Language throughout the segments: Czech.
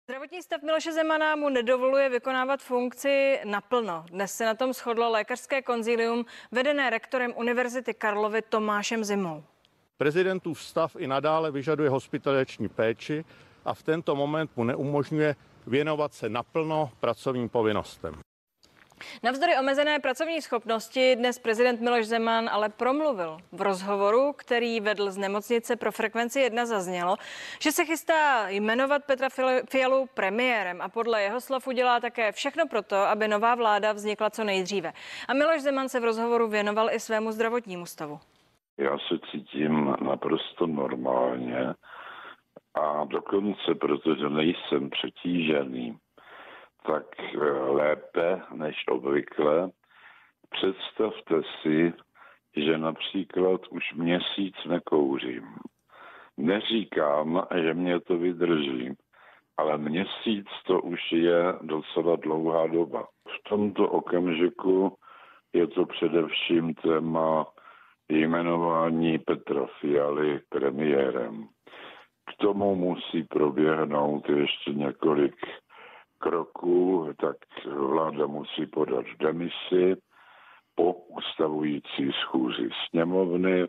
Zdravotní stav Miloše Zemana mu nedovoluje vykonávat funkci naplno. Dnes se na tom shodlo lékařské konzilium vedené rektorem Univerzity Karlovy Tomášem Zimou. Prezidentův stav i nadále vyžaduje hospitalizační péči a v tento moment mu neumožňuje věnovat se naplno pracovním povinnostem. Navzdory omezené pracovní schopnosti dnes prezident Miloš Zeman ale promluvil. V rozhovoru, který vedl z nemocnice pro Frekvenci 1, zaznělo, že se chystá jmenovat Petra Fialu premiérem a podle jeho slov udělá také všechno proto, aby nová vláda vznikla co nejdříve. A Miloš Zeman se v rozhovoru věnoval i svému zdravotnímu stavu. Já se cítím naprosto normálně a dokonce, protože nejsem přetížený, tak lépe než obvykle. Představte si, že například už měsíc nekouřím. Neříkám, že mě to vydrží, ale měsíc to už je docela dlouhá doba. V tomto okamžiku je to především téma jmenování Petra Fialy premiérem. K tomu musí proběhnout ještě několik kroků, tak vláda musí podat demisi po ustavující schůzi sněmovny.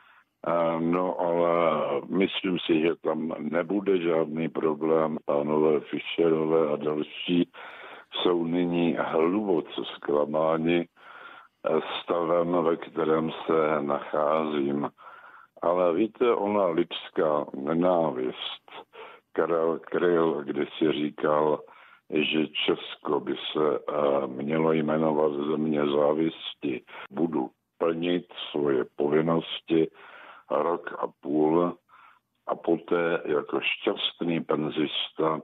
No ale myslím si, že tam nebude žádný problém. Pánové Fischerové a další jsou nyní hluboce zklamáni stavem, ve kterém se nacházím. Ale víte, ona lidská nenávist. Karel Kryl kdysi říkal, že Česko by se mělo jmenovat země závisti. Budu plnit svoje povinnosti rok a půl a poté jako šťastný penzista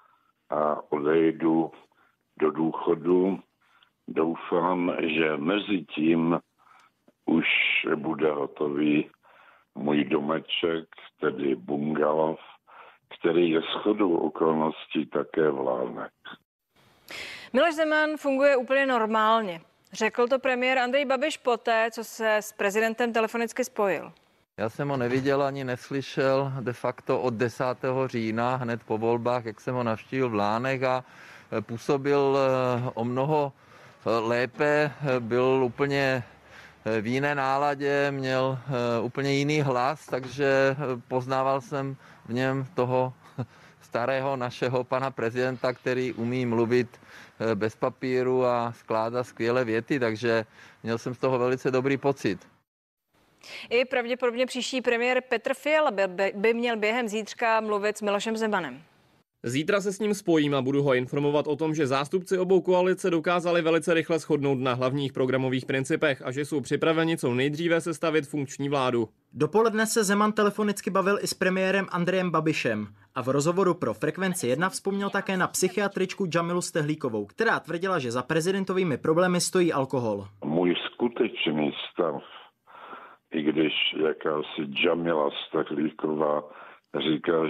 odejdu do důchodu. Doufám, že mezi tím už bude hotový můj domeček, tedy bungalov, který je shodou okolností také v Lánech. Miloš Zeman funguje úplně normálně. Řekl to premiér Andrej Babiš poté, co se s prezidentem telefonicky spojil. Já jsem ho neviděl ani neslyšel de facto od 10. října, hned po volbách, jak jsem ho navštívil v Lánech a působil o mnoho lépe, byl úplně v jiné náladě, měl úplně jiný hlas, takže poznával jsem v něm toho starého našeho pana prezidenta, který umí mluvit bez papíru a skládat skvělé věty, takže měl jsem z toho velice dobrý pocit. I pravděpodobně příští premiér Petr Fiala by měl během zítřka mluvit s Milošem Zemanem. Zítra se s ním spojím a budu ho informovat o tom, že zástupci obou koalice dokázali velice rychle shodnout na hlavních programových principech a že jsou připraveni co nejdříve sestavit funkční vládu. Dopoledne se Zeman telefonicky bavil i s premiérem Andrejem Babišem a v rozhovoru pro Frekvenci 1 vzpomněl také na psychiatričku Džamilu Stehlíkovou, která tvrdila, že za prezidentovými problémy stojí alkohol. Můj skutečný stav, i když jakási Džamila Stehlíková říká,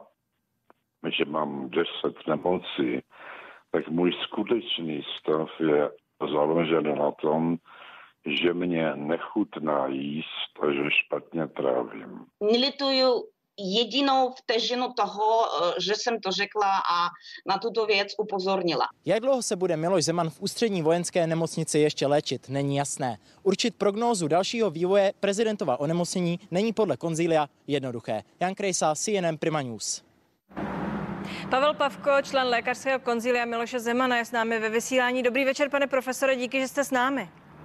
že mám 10 nemocí, tak můj skutečný stav je založen na tom, že mě nechutná jíst a že špatně trávím. Nelituju jedinou vteřinu toho, že jsem to řekla a na tuto věc upozornila. Jak dlouho se bude Miloš Zeman v ústřední vojenské nemocnici ještě léčit, není jasné. Určit prognózu dalšího vývoje prezidentova onemocnění není podle konzília jednoduché. Jan Krejsa, CNN Prima News. Pavel Pavko, člen lékařského konzilia Miloše Zemana, je s námi ve vysílání. Dobrý večer, pane profesore, díky, že jste s námi.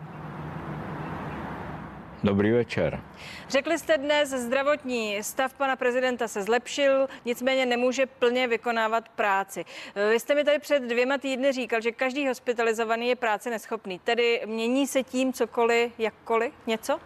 Dobrý večer. Řekli jste dnes, zdravotní stav pana prezidenta se zlepšil, nicméně nemůže plně vykonávat práci. Vy jste mi tady před 2 týdny říkal, že každý hospitalizovaný je práce neschopný. Tedy mění se tím cokoliv, jakkoliv, něco?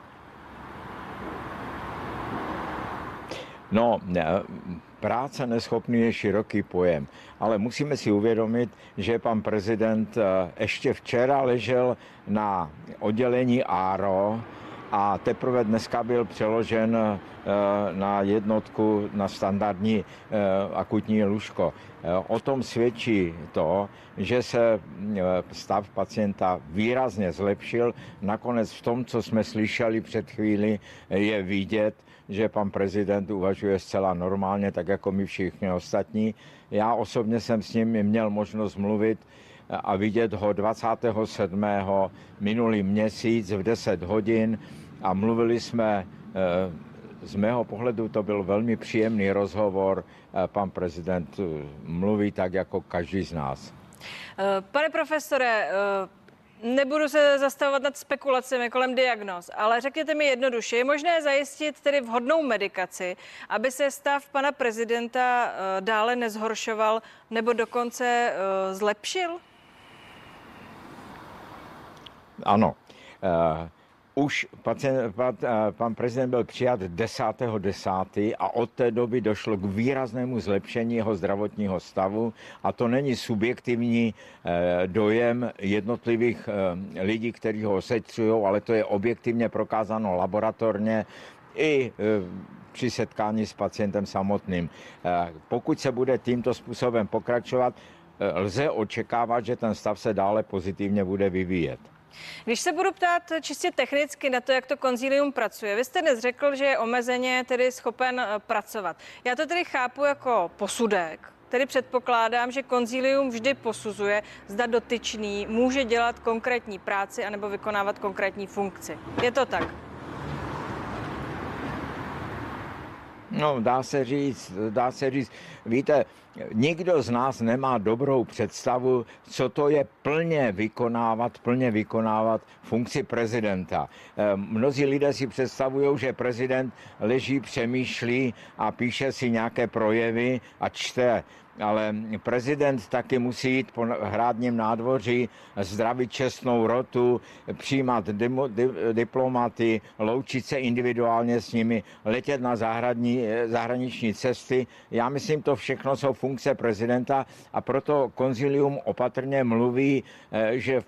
No, práce neschopný je široký pojem, ale musíme si uvědomit, že pan prezident ještě včera ležel na oddělení ARO, a teprve dneska byl přeložen na jednotku, na standardní akutní lůžko. O tom svědčí to, že se stav pacienta výrazně zlepšil. Nakonec v tom, co jsme slyšeli před chvíli, je vidět, že pan prezident uvažuje zcela normálně, tak jako my všichni ostatní. Já osobně jsem s ním měl možnost mluvit a vidět ho 27. minulý měsíc v 10 hodin a mluvili jsme, z mého pohledu to byl velmi příjemný rozhovor. Pan prezident mluví tak jako každý z nás. Pane profesore, nebudu se zastavovat nad spekulacemi kolem diagnóz, ale řekněte mi jednoduše, je možné zajistit tedy vhodnou medikaci, aby se stav pana prezidenta dále nezhoršoval nebo dokonce zlepšil? Ano. Už pan prezident byl přijat 10.10. a od té doby došlo k výraznému zlepšení jeho zdravotního stavu a to není subjektivní dojem jednotlivých lidí, kteří ho ošetřují, ale to je objektivně prokázáno laboratorně i při setkání s pacientem samotným. Pokud se bude tímto způsobem pokračovat, lze očekávat, že ten stav se dále pozitivně bude vyvíjet. Když se budu ptát čistě technicky na to, jak to konzilium pracuje, vy jste dnes řekl, že je omezeně tedy schopen pracovat. Já to tedy chápu jako posudek, tedy předpokládám, že konzilium vždy posuzuje, zda dotyčný může dělat konkrétní práci anebo vykonávat konkrétní funkci. Je to tak? No, dá se říct. Víte, nikdo z nás nemá dobrou představu, co to je plně vykonávat funkci prezidenta. Mnozí lidé si představují, že prezident leží, přemýšlí a píše si nějaké projevy a čte. Ale prezident taky musí jít po hrádním nádvoří, zdravit čestnou rotu, přijímat diplomaty, loučit se individuálně s nimi, letět na zahraniční cesty. Já myslím, to všechno jsou funkce prezidenta a proto konzilium opatrně mluví, že v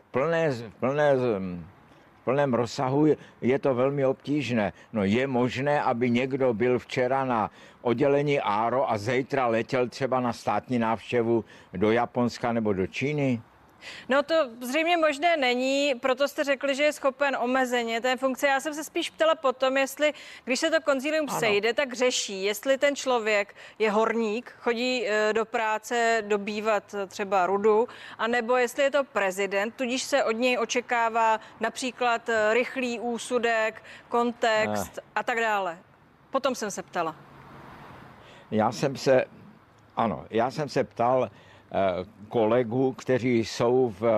plném rozsahu je to velmi obtížné. No je možné, aby někdo byl včera na oddělení ARO a zítra letěl třeba na státní návštěvu do Japonska nebo do Číny? No to zřejmě možné není, proto jste řekli, že je schopen omezeně té funkce. Já jsem se spíš ptala potom, jestli, když se to konzilium sejde, tak řeší, jestli ten člověk je horník, chodí do práce dobývat třeba rudu, anebo jestli je to prezident, tudíž se od něj očekává například rychlý úsudek, kontext a tak dále. Potom jsem se ptala. Já jsem se ptal kolegů, kteří jsou v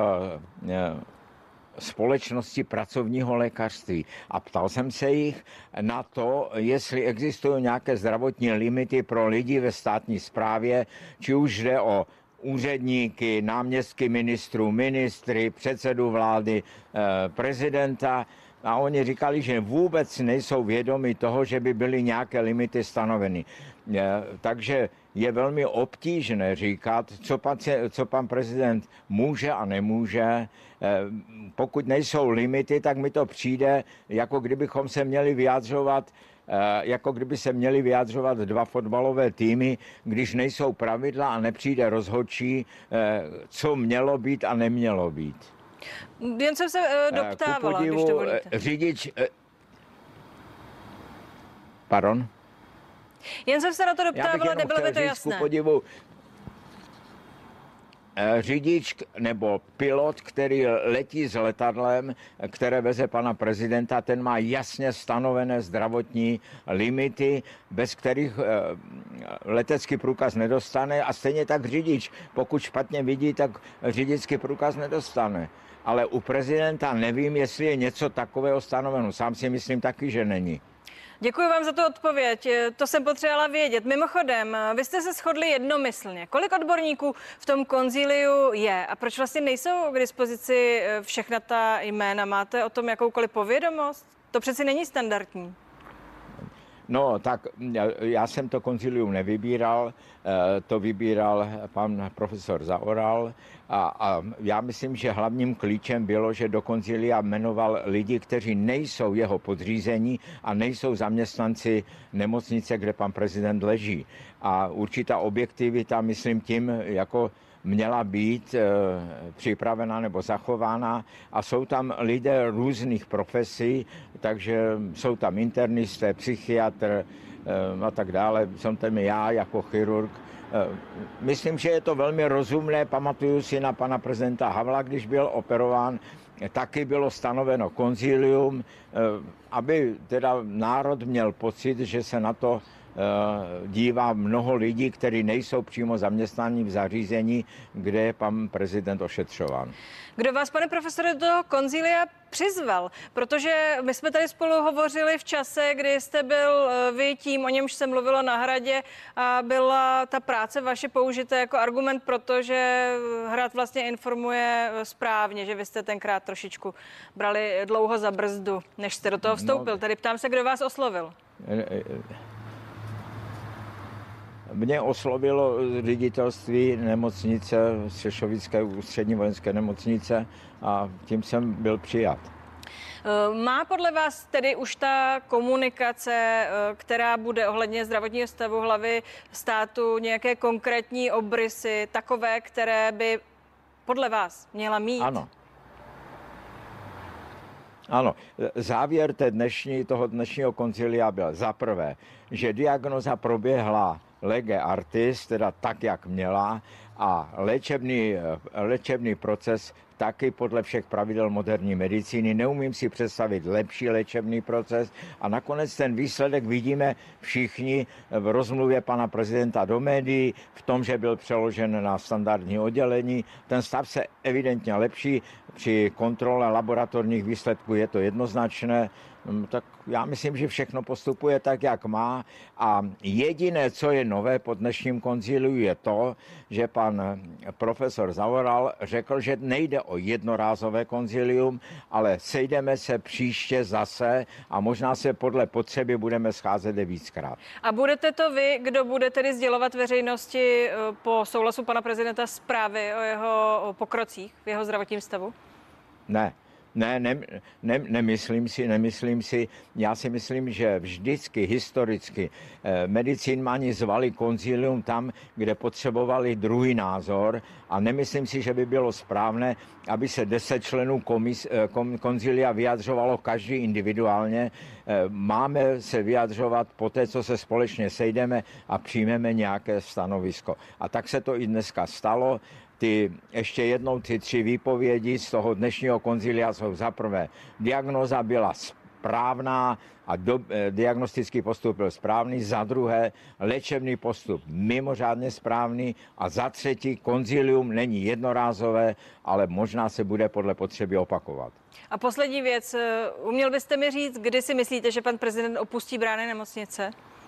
společnosti pracovního lékařství. A ptal jsem se jich na to, jestli existují nějaké zdravotní limity pro lidi ve státní správě, či už jde o úředníky, náměstky ministrů, ministry, předsedu vlády, prezidenta. A oni říkali, že vůbec nejsou vědomi toho, že by byly nějaké limity stanoveny. Takže je velmi obtížné říkat, co pan prezident může a nemůže. Pokud nejsou limity, tak mi to přijde, jako kdybychom se měli vyjadřovat, jako kdyby se měli vyjadřovat dva fotbalové týmy, když nejsou pravidla a nepřijde rozhodčí, co mělo být a nemělo být. Jen jsem se doptávala, když dovolíte. Řidič... Pardon? Jen jsem se na to doptávala, nebylo by to jasné. Řidič nebo pilot, který letí s letadlem, které veze pana prezidenta, ten má jasně stanovené zdravotní limity, bez kterých letecký průkaz nedostane a stejně tak řidič. Pokud špatně vidí, tak řidičský průkaz nedostane. Ale u prezidenta nevím, jestli je něco takového stanoveno. Sám si myslím taky, že není. Děkuji vám za tu odpověď, to jsem potřebovala vědět. Mimochodem, vy jste se shodli jednomyslně. Kolik odborníků v tom konziliu je a proč vlastně nejsou k dispozici všechna ta jména? Máte o tom jakoukoliv povědomost? To přeci není standardní. No, tak já jsem to konzilium nevybíral, to vybíral pan profesor Zaoral a já myslím, že hlavním klíčem bylo, že do konzilia jmenoval lidi, kteří nejsou jeho podřízení a nejsou zaměstnanci nemocnice, kde pan prezident leží. A určitá objektivita, myslím tím, jako měla být připravena nebo zachována a jsou tam lidé různých profesí, takže jsou tam internisté, psychiatr a tak dále, jsem tam já jako chirurg. Myslím, že je to velmi rozumné, pamatuju si na pana prezidenta Havla, když byl operován, taky bylo stanoveno konzilium, aby teda národ měl pocit, že se na to dívá mnoho lidí, kteří nejsou přímo zaměstnáni v zařízení, kde je pan prezident ošetřován. Kdo vás, pane profesore, do konzilia přizval? Protože my jsme tady spolu hovořili v čase, kdy jste byl vy tím, o němž se mluvilo na Hradě a byla ta práce vaše použita jako argument, protože Hrad vlastně informuje správně, že vy jste tenkrát trošičku brali dlouho za brzdu, než jste do toho vstoupil. Tady ptám se, kdo vás oslovil. Mě oslovilo ředitelství nemocnice, Střešovické ústřední vojenské nemocnice a tím jsem byl přijat. Má podle vás tedy už ta komunikace, která bude ohledně zdravotního stavu hlavy státu, nějaké konkrétní obrysy, takové, které by podle vás měla mít? Ano, závěr toho dnešního konzilia byl za prvé, že diagnoza proběhla lege artis, teda tak, jak měla, a léčebný proces taky podle všech pravidel moderní medicíny. Neumím si představit lepší léčebný proces a nakonec ten výsledek vidíme všichni v rozmluvě pana prezidenta do médií, v tom, že byl přeložen na standardní oddělení. Ten stav se evidentně lepší, při kontrole laboratorních výsledků je to jednoznačné, tak já myslím, že všechno postupuje tak, jak má a jediné, co je nové po dnešním konziliu, je to, že pan profesor Zaoral řekl, že nejde o jednorázové konzilium, ale sejdeme se příště zase a možná se podle potřeby budeme scházet víckrát. A budete to vy, kdo bude tedy sdělovat veřejnosti po souhlasu pana prezidenta zprávy o jeho pokrocích v jeho zdravotním stavu? Nemyslím si. Já si myslím, že vždycky historicky medicínmani zvali konzilium tam, kde potřebovali druhý názor a nemyslím si, že by bylo správné, aby se 10 členů konzilia vyjadřovalo každý individuálně. Máme se vyjadřovat po té, co se společně sejdeme a přijmeme nějaké stanovisko. A tak se to i dneska stalo. Ještě jednou ty 3 výpovědi z toho dnešního konzilia jsou za prvé. Diagnóza byla správná a diagnostický postup byl správný, za druhé léčebný postup mimořádně správný a za třetí konzilium není jednorázové, ale možná se bude podle potřeby opakovat. A poslední věc, uměl byste mi říct, kdy si myslíte, že pan prezident opustí brány nemocnice?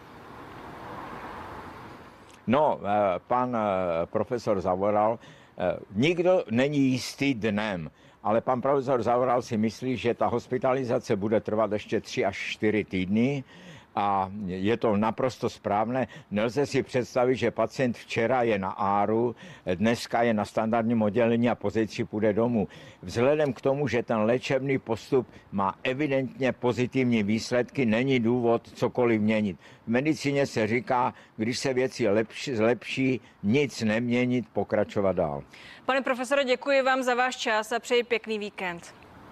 No, pan profesor Zaoral, nikdo není jistý dnem, ale pan profesor Zaoral si myslí, že ta hospitalizace bude trvat ještě 3 až 4 týdny a je to naprosto správné. Nelze si představit, že pacient včera je na áru, dneska je na standardním oddělení a pozítří půjde domů. Vzhledem k tomu, že ten léčebný postup má evidentně pozitivní výsledky, není důvod cokoliv měnit. V medicíně se říká, když se věci zlepší, nic neměnit, pokračovat dál. Pane profesore, děkuji vám za váš čas a přeji pěkný víkend.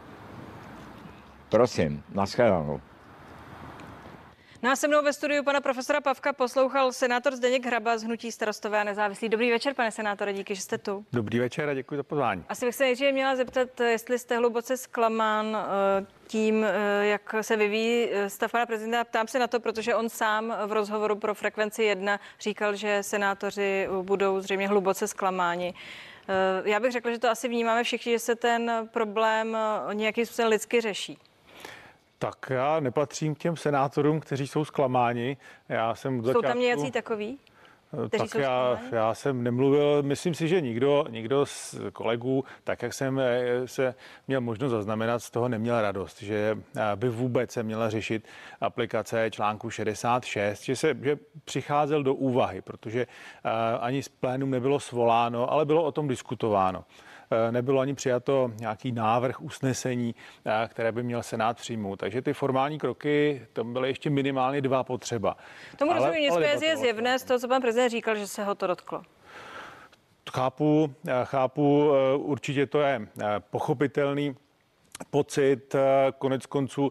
Prosím, nashledanou. No a se mnou ve studiu pana profesora Pavka poslouchal senátor Zdeněk Hraba z hnutí Starostové a nezávislí. Dobrý večer, pane senátore, díky, že jste tu. Dobrý večer a děkuji za pozvání. Asi bych se nejdříve měla zeptat, jestli jste hluboce zklamán tím, jak se vyvíjí stav pana prezidenta. Ptám se na to, protože on sám v rozhovoru pro Frekvenci 1 říkal, že senátoři budou zřejmě hluboce zklamáni. Já bych řekla, že to asi vnímáme všichni, že se ten problém nějakým způsobem lidsky řeší. Tak já nepatřím k těm senátorům, kteří jsou zklamáni. Já jsem jsou tam nějací takový? kteří Tak já jsem nemluvil, myslím si, že nikdo z kolegů, tak jak jsem se měl možnost zaznamenat, z toho neměl radost, že by vůbec se měla řešit aplikace článku 66, že přicházel do úvahy, protože ani z plénum nebylo svoláno, ale bylo o tom diskutováno. Nebylo ani přijato nějaký návrh usnesení, které by měl Senát přijmout. Takže ty formální kroky, to byly ještě minimálně 2 potřeba. Tomu rozumím, nicméně je zjevné z toho, co pan prezident říkal, že se ho to dotklo. Chápu, určitě to je pochopitelný pocit. Konec konců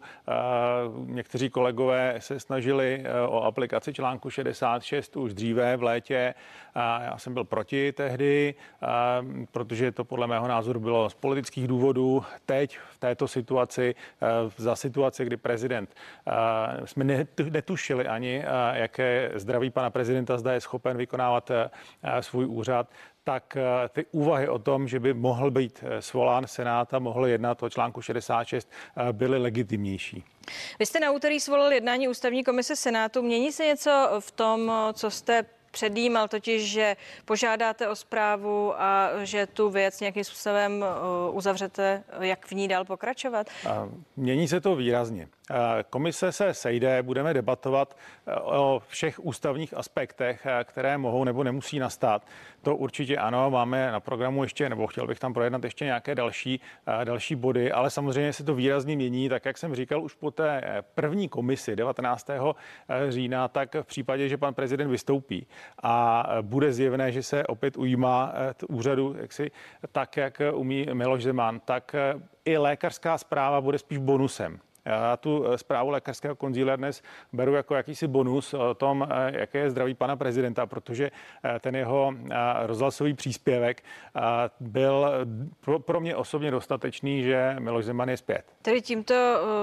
někteří kolegové se snažili o aplikaci článku 66 už dříve v létě. Já jsem byl proti tehdy, protože to podle mého názoru bylo z politických důvodů. Teď v této situaci, za situaci, kdy prezident, jsme netušili ani, jaké zdraví pana prezidenta, zda je schopen vykonávat svůj úřad, tak ty úvahy o tom, že by mohl být svolán Senát a mohl jednat o článku 66, byly legitimnější. Vy jste na úterý svolal jednání ústavní komise Senátu. Mění se něco v tom, co jste předjímal, totiž, že požádáte o zprávu a že tu věc nějakým způsobem uzavřete, jak v ní dál pokračovat? Mění se to výrazně. Komise se sejde, budeme debatovat o všech ústavních aspektech, které mohou nebo nemusí nastat. To určitě ano, máme na programu ještě, nebo chtěl bych tam projednat ještě nějaké další body, ale samozřejmě se to výrazně mění, tak jak jsem říkal už po té první komisi 19. října, tak v případě, že pan prezident vystoupí a bude zjevné, že se opět ujímá úřadu tak, jak umí Miloš Zeman, tak i lékařská zpráva bude spíš bonusem. Já tu zprávu lékařského konzília dnes beru jako jakýsi bonus o tom, jaké je zdraví pana prezidenta, protože ten jeho rozhlasový příspěvek byl pro mě osobně dostatečný, že Miloš Zeman je zpět. Tedy tímto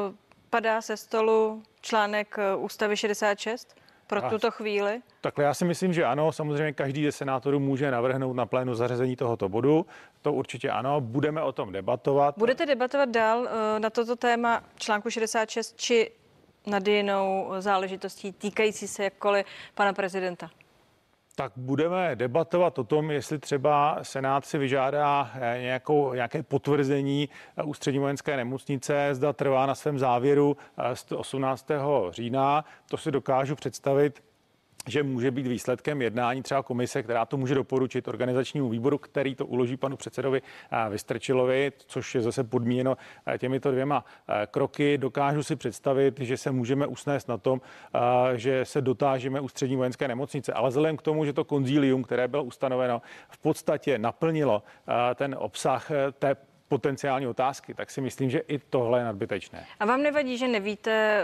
padá se stolu článek ústavy 66 pro tuto chvíli? Takhle já si myslím, že ano. Samozřejmě každý ze senátorů může navrhnout na plénu zařazení tohoto bodu. To určitě ano. Budeme o tom debatovat. Budete debatovat dál na toto téma článku 66 či nad jinou záležitostí týkající se jakkoliv pana prezidenta? Tak budeme debatovat o tom, jestli třeba Senát si vyžádá nějaké potvrzení Ústřední vojenské nemocnice, zda trvá na svém závěru z 18. října. To si dokážu představit, že může být výsledkem jednání třeba komise, která to může doporučit organizačnímu výboru, který to uloží panu předsedovi Vystrčilovi, což je zase podmíněno těmito 2 kroky. Dokážu si představit, že se můžeme usnést na tom, že se dotážeme Ústřední vojenské nemocnice, ale vzhledem k tomu, že to konzílium, které bylo ustanoveno, v podstatě naplnilo ten obsah té potenciální otázky, tak si myslím, že i tohle je nadbytečné. A vám nevadí, že nevíte,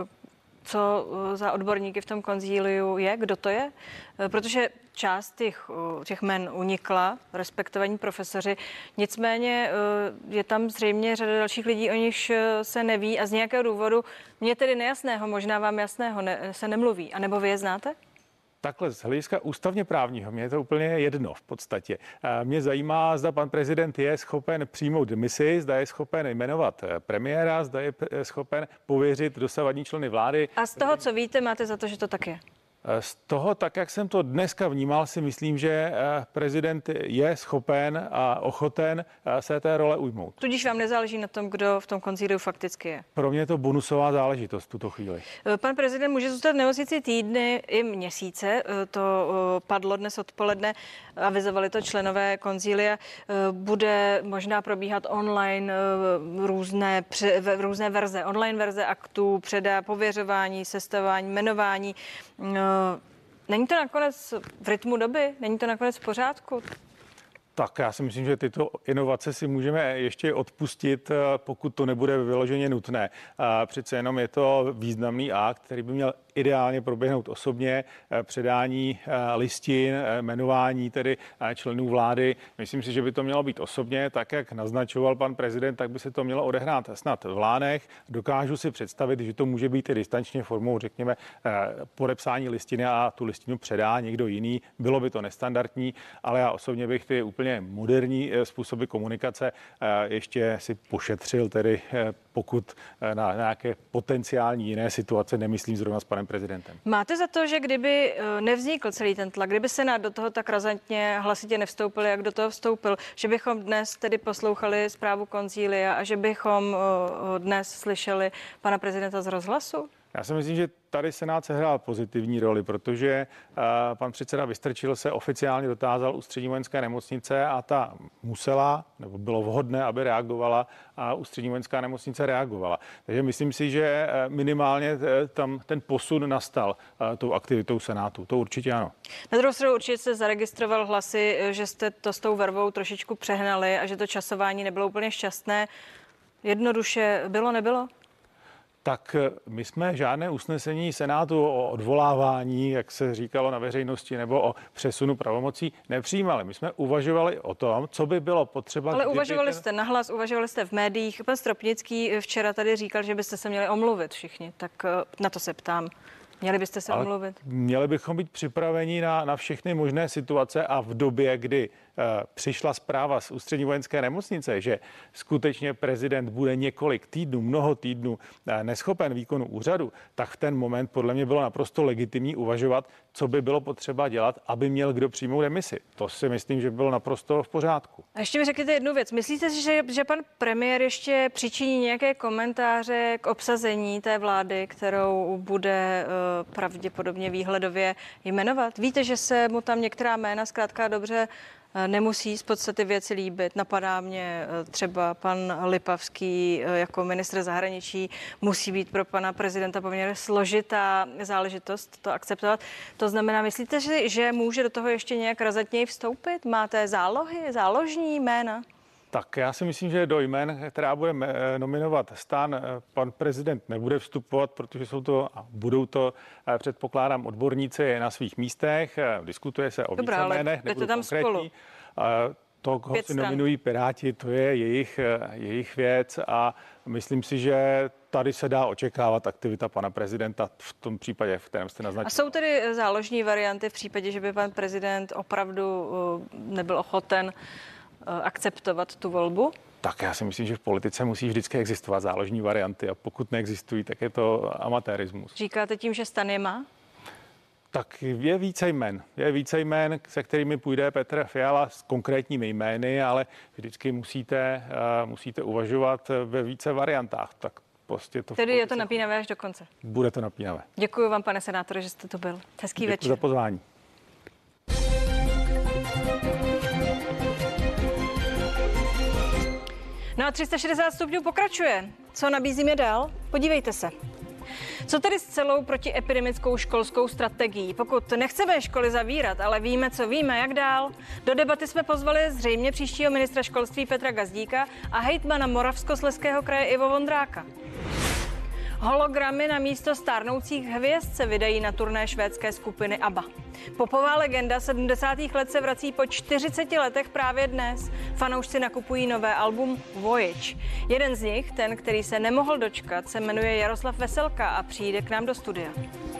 co za odborníky v tom konzíliu je, kdo to je? Protože část těch jmen unikla, respektovaní profesoři, nicméně je tam zřejmě řada dalších lidí, o nichž se neví a z nějakého důvodu, mě tedy nejasného, možná vám jasného, se nemluví. A nebo vy je znáte? Takhle z hlediska ústavně právního, mě je to úplně jedno v podstatě. Mě zajímá, zda pan prezident je schopen přijmout demisi, zda je schopen jmenovat premiéra, zda je schopen pověřit dosavadní členy vlády. A z toho, co víte, máte za to, že to tak je? Z toho, tak jak jsem to dneska vnímal, si myslím, že prezident je schopen a ochoten se té role ujmout. Tudíž vám nezáleží na tom, kdo v tom konzíliu fakticky je? Pro mě je to bonusová záležitost v tuto chvíli. Pan prezident může zůstat v nemocnici týdny i měsíce. To padlo dnes odpoledne, avizovali to členové konzília. Bude možná probíhat online různé verze, online verze aktů, pověřování, sestavování, jmenování. Není to nakonec v rytmu doby? Není to nakonec v pořádku? Tak já si myslím, že tyto inovace si můžeme ještě odpustit, pokud to nebude vyloženě nutné. Přece jenom je to významný akt, který by měl ideálně proběhnout osobně, předání listin, jmenování tedy členů vlády. Myslím si, že by to mělo být osobně, tak jak naznačoval pan prezident, tak by se to mělo odehrát snad v Lánech. Dokážu si představit, že to může být i distančně formou, řekněme, podepsání listiny a tu listinu předá někdo jiný. Bylo by to nestandardní, ale já osobně bych ty úplně moderní způsoby komunikace ještě si pošetřil tedy pokud na nějaké potenciální jiné situace, nemyslím zrovna s panem prezidentem. Máte za to, že kdyby nevznikl celý ten tlak, kdyby Senát do toho tak razantně hlasitě nevstoupil, jak do toho vstoupil, že bychom dnes tedy poslouchali zprávu konzília a že bychom dnes slyšeli pana prezidenta z rozhlasu? Já si myslím, že tady Senát sehrál pozitivní roli, protože pan předseda Vystrčil se oficiálně dotázal Ústřední vojenské nemocnice a ta musela, nebo bylo vhodné, aby reagovala a Ústřední vojenská nemocnice reagovala. Takže myslím si, že minimálně tam ten posun nastal tou aktivitou Senátu. To určitě ano. Na druhou stranu určitě jste zaregistroval hlasy, že jste to s tou vervou trošičku přehnali a že to časování nebylo úplně šťastné. Jednoduše bylo, nebylo? Tak my jsme žádné usnesení Senátu o odvolávání, jak se říkalo na veřejnosti, nebo o přesunu pravomocí nepřijímali. My jsme uvažovali o tom, co by bylo potřeba. Ale uvažovali jste nahlas, uvažovali jste v médiích. Pan Stropnický včera tady říkal, že byste se měli omluvit všichni. Tak na to se ptám. Měli byste se omluvit? Měli bychom být připraveni na všechny možné situace a v době, kdy přišla zpráva z Ústřední vojenské nemocnice, že skutečně prezident bude několik týdnů, mnoho týdnů neschopen výkonu úřadu, tak v ten moment podle mě bylo naprosto legitimní uvažovat, co by bylo potřeba dělat, aby měl kdo přijmout demisi. To si myslím, že bylo naprosto v pořádku. A ještě mi řekněte jednu věc. Myslíte si, že pan premiér ještě přičiní nějaké komentáře k obsazení té vlády, kterou bude pravděpodobně výhledově jmenovat? Víte, že se mu tam některá jména zkrátka dobře nemusí z podstaty věci líbit. Napadá mě třeba pan Lipavský jako ministr zahraničí. Musí být pro pana prezidenta poměrně složitá záležitost to akceptovat. To znamená, myslíte si, že může do toho ještě nějak razantněji vstoupit? Máte záložní jména? Tak já si myslím, že do jmén, která bude nominovat STAN, pan prezident nebude vstupovat, protože jsou to a budou to, předpokládám, odborníci na svých místech. Diskutuje se o více jménech, nebudu konkrétní. To, koho si nominují Piráti, to je jejich věc a myslím si, že tady se dá očekávat aktivita pana prezidenta v tom případě, v kterém jste naznačil. A jsou tedy záložní varianty v případě, že by pan prezident opravdu nebyl ochoten akceptovat tu volbu? Tak já si myslím, že v politice musí vždycky existovat záložní varianty a pokud neexistují, tak je to amatérismus. Říkáte tím, že STAN je má? Tak je více jmén, se kterými půjde Petr Fiala s konkrétními jmény, ale vždycky musíte uvažovat ve více variantách. Tak prostě to tedy je to napínavé až do konce? Bude to napínavé. Děkuji vám, pane senátore, že jste tu byl. Hezký večer. Děkuji za pozvání. No a 360 stupňů pokračuje. Co nabízíme dál? Podívejte se. Co tedy s celou protiepidemickou školskou strategií? Pokud nechceme školy zavírat, ale víme, co víme, jak dál? Do debaty jsme pozvali zřejmě příštího ministra školství Petra Gazdíka a hejtmana Moravskoslezského kraje Ivo Vondráka. Hologramy na místo stárnoucích hvězd se vydají na turné švédské skupiny ABBA. Popová legenda 70. let se vrací po 40 letech právě dnes. Fanoušci nakupují nové album Voyage. Jeden z nich, ten, který se nemohl dočkat, se jmenuje Jaroslav Veselka a přijde k nám do studia.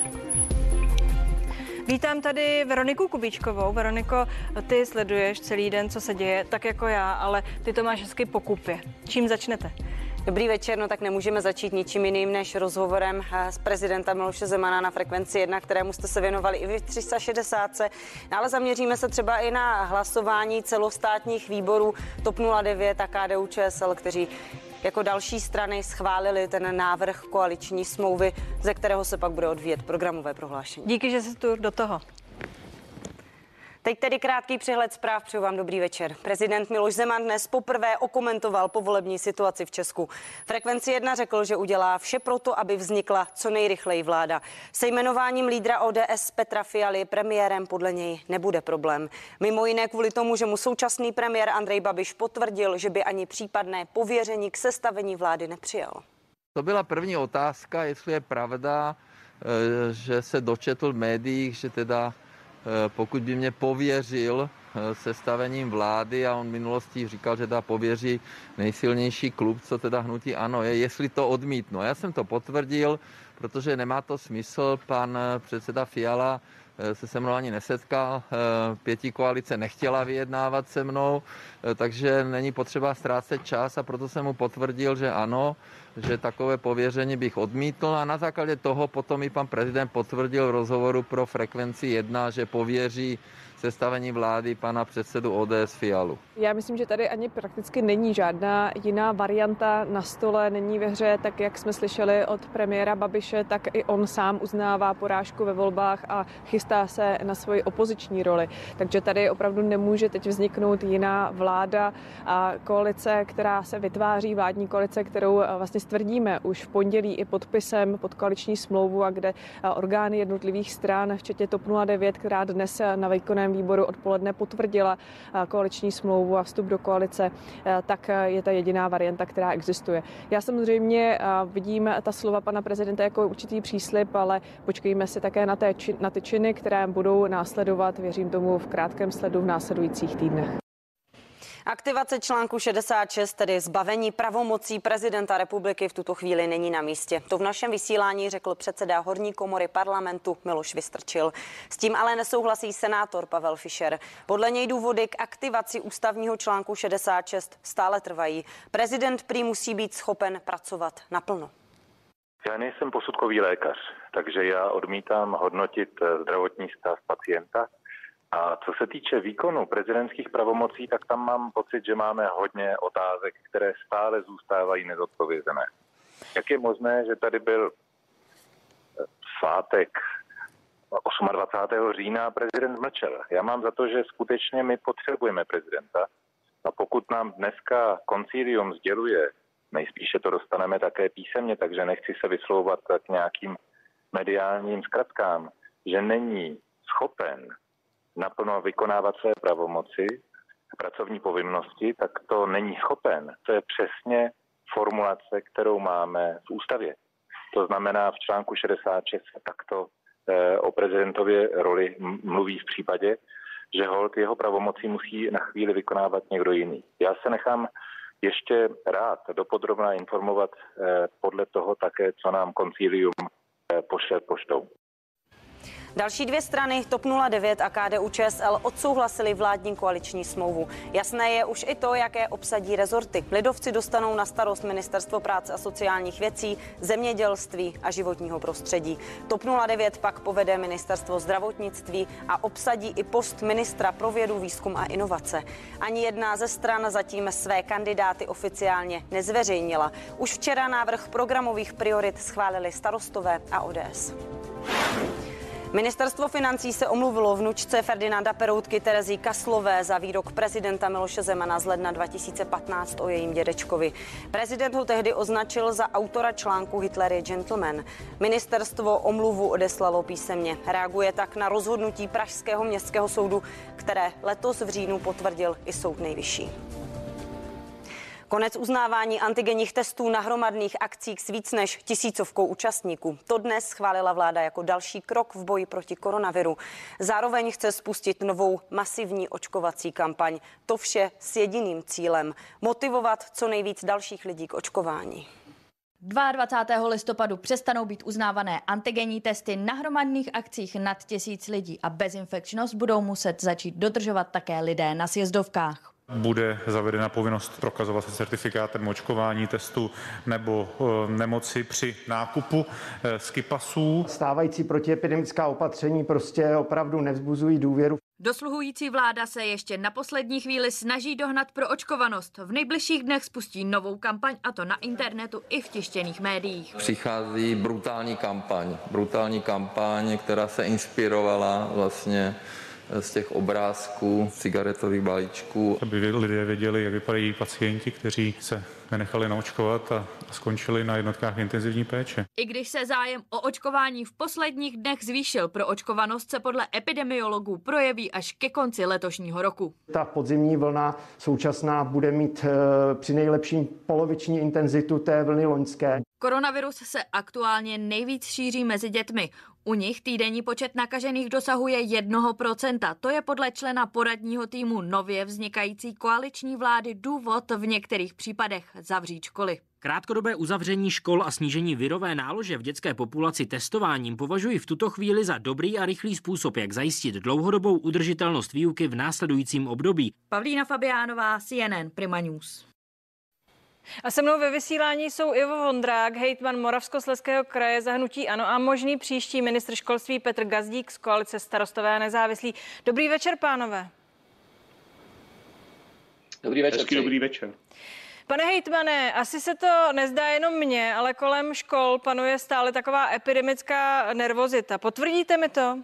Vítám tady Veroniku Kubíčkovou. Veroniko, ty sleduješ celý den, co se děje, tak jako já, ale ty to máš hezky po kupě. Čím začnete? Dobrý večer, no tak nemůžeme začít ničím jiným než rozhovorem s prezidentem Miloše Zemana na Frekvenci 1, kterému jste se věnovali i vy v 360. No, ale zaměříme se třeba i na hlasování celostátních výborů TOP 09 a KDU-ČSL, kteří jako další strany schválili ten návrh koaliční smlouvy, ze kterého se pak bude odvíjet programové prohlášení. Díky, že jsi tu do toho. Teď tedy krátký přehled zpráv, přeju vám dobrý večer. Prezident Miloš Zeman dnes poprvé okomentoval povolební situaci v Česku. Frekvenci 1 řekl, že udělá vše proto, aby vznikla co nejrychleji vláda. Se jmenováním lídra ODS Petra Fialy premiérem podle něj nebude problém. Mimo jiné kvůli tomu, že mu současný premiér Andrej Babiš potvrdil, že by ani případné pověření k sestavení vlády nepřijal. To byla první otázka, jestli je pravda, že se dočetl v médiích, že teda pokud by mě pověřil sestavením vlády a on v minulosti říkal, že teda pověří nejsilnější klub, co teda hnutí ANO je, jestli to odmítnu. Já jsem to potvrdil, protože nemá to smysl. Pan předseda Fiala se mnou ani nesetkal, pětikoalice nechtěla vyjednávat se mnou, takže není potřeba ztrácet čas a proto jsem mu potvrdil, že ano, že takové pověření bych odmítl a na základě toho potom i pan prezident potvrdil v rozhovoru pro Frekvenci 1, že pověří sestavení vlády pana předsedu ODS Fialu. Já myslím, že tady ani prakticky není žádná jiná varianta na stole, není ve hře, tak jak jsme slyšeli od premiéra Babiše, tak i on sám uznává porážku ve volbách a chystá se na svoji opoziční roli. Takže tady opravdu nemůže teď vzniknout jiná vláda a koalice, která se vytváří, vládní koalice, kterou vlastně stvrdíme už v pondělí i podpisem pod koaliční smlouvu a kde orgány jednotlivých stran, včetně TOP 09, která dnes na výkonném výboru odpoledne potvrdila koaliční smlouvu a vstup do koalice, tak je ta jediná varianta, která existuje. Já samozřejmě vidím ta slova pana prezidenta jako určitý příslib, ale počkejme si také na ty činy, které budou následovat, věřím tomu, v krátkém sledu v následujících týdnech. Aktivace článku 66, tedy zbavení pravomocí prezidenta republiky, v tuto chvíli není na místě. To v našem vysílání řekl předseda horní komory parlamentu Miloš Vystrčil. S tím ale nesouhlasí senátor Pavel Fischer. Podle něj důvody k aktivaci ústavního článku 66 stále trvají. Prezident prý musí být schopen pracovat naplno. Já nejsem posudkový lékař, takže já odmítám hodnotit zdravotní stav pacienta. A co se týče výkonu prezidentských pravomocí, tak tam mám pocit, že máme hodně otázek, které stále zůstávají nezodpovězené. Jak je možné, že tady byl svátek 28. října a prezident mlčel? Já mám za to, že skutečně my potřebujeme prezidenta a pokud nám dneska koncilium sděluje, nejspíše to dostaneme také písemně, takže nechci se vyslovovat k nějakým mediálním zkratkám, že není schopen naplno vykonávat své pravomoci, pracovní povinnosti, tak to není schopen. To je přesně formulace, kterou máme v ústavě. To znamená, v článku 66 takto o prezidentově roli mluví v případě, že holt jeho pravomoci musí na chvíli vykonávat někdo jiný. Já se nechám ještě rád dopodrobna informovat podle toho také, co nám koncilium pošle poštou. Další dvě strany, TOP 09 a KDU-ČSL, odsouhlasili vládní koaliční smlouvu. Jasné je už i to, jaké obsadí rezorty. Lidovci dostanou na starost Ministerstvo práce a sociálních věcí, zemědělství a životního prostředí. TOP 09 pak povede Ministerstvo zdravotnictví a obsadí i post ministra pro vědu, výzkum a inovace. Ani jedna ze stran zatím své kandidáty oficiálně nezveřejnila. Už včera návrh programových priorit schválili Starostové a ODS. Ministerstvo financí se omluvilo vnučce Ferdinanda Peroutky Terezii Kaslové za výrok prezidenta Miloše Zemana z ledna 2015 o jejím dědečkovi. Prezident ho tehdy označil za autora článku Hitler je gentleman. Ministerstvo omluvu odeslalo písemně. Reaguje tak na rozhodnutí Pražského městského soudu, které letos v říjnu potvrdil i soud nejvyšší. Konec uznávání antigenních testů na hromadných akcích s víc než 1000 účastníků. To dnes schválila vláda jako další krok v boji proti koronaviru. Zároveň chce spustit novou masivní očkovací kampaň. To vše s jediným cílem – motivovat co nejvíc dalších lidí k očkování. 22. listopadu přestanou být uznávané antigenní testy na hromadných akcích nad 1000 lidí a bezinfekčnost budou muset začít dodržovat také lidé na sjezdovkách. Bude zavedena povinnost prokazovat se certifikátem očkování, testu nebo nemoci při nákupu skipasů. Stávající protiepidemická opatření prostě opravdu nevzbuzují důvěru. Dosluhující vláda se ještě na poslední chvíli snaží dohnat proočkovanost. V nejbližších dnech spustí novou kampaň, a to na internetu i v tištěných médiích. Přichází brutální kampaň, která se inspirovala vlastně z těch obrázků, cigaretových balíčků. Aby lidé věděli, jak vypadají pacienti, kteří se nenechali naočkovat a skončili na jednotkách intenzivní péče. I když se zájem o očkování v posledních dnech zvýšil, proočkovanost se podle epidemiologů projeví až ke konci letošního roku. Ta podzimní vlna současná bude mít při nejlepším poloviční intenzitu té vlny loňské. Koronavirus se aktuálně nejvíc šíří mezi dětmi. U nich týdenní počet nakažených dosahuje 1%. To je podle člena poradního týmu nově vznikající koaliční vlády důvod v některých případech zavřít školy. Krátkodobé uzavření škol a snížení virové nálože v dětské populaci testováním považuji v tuto chvíli za dobrý a rychlý způsob, jak zajistit dlouhodobou udržitelnost výuky v následujícím období. Pavlína Fabiánová, CNN Prima News. A se mnou ve vysílání jsou Ivo Vondrák, hejtman Moravskoslezského kraje za hnutí ANO a možný příští ministr školství Petr Gazdík z koalice Starostové a nezávislí. Dobrý večer, pánové. Dobrý večer. Dobrý večer. Pane hejtmane, asi se to nezdá jenom mně, ale kolem škol panuje stále taková epidemická nervozita. Potvrdíte mi to?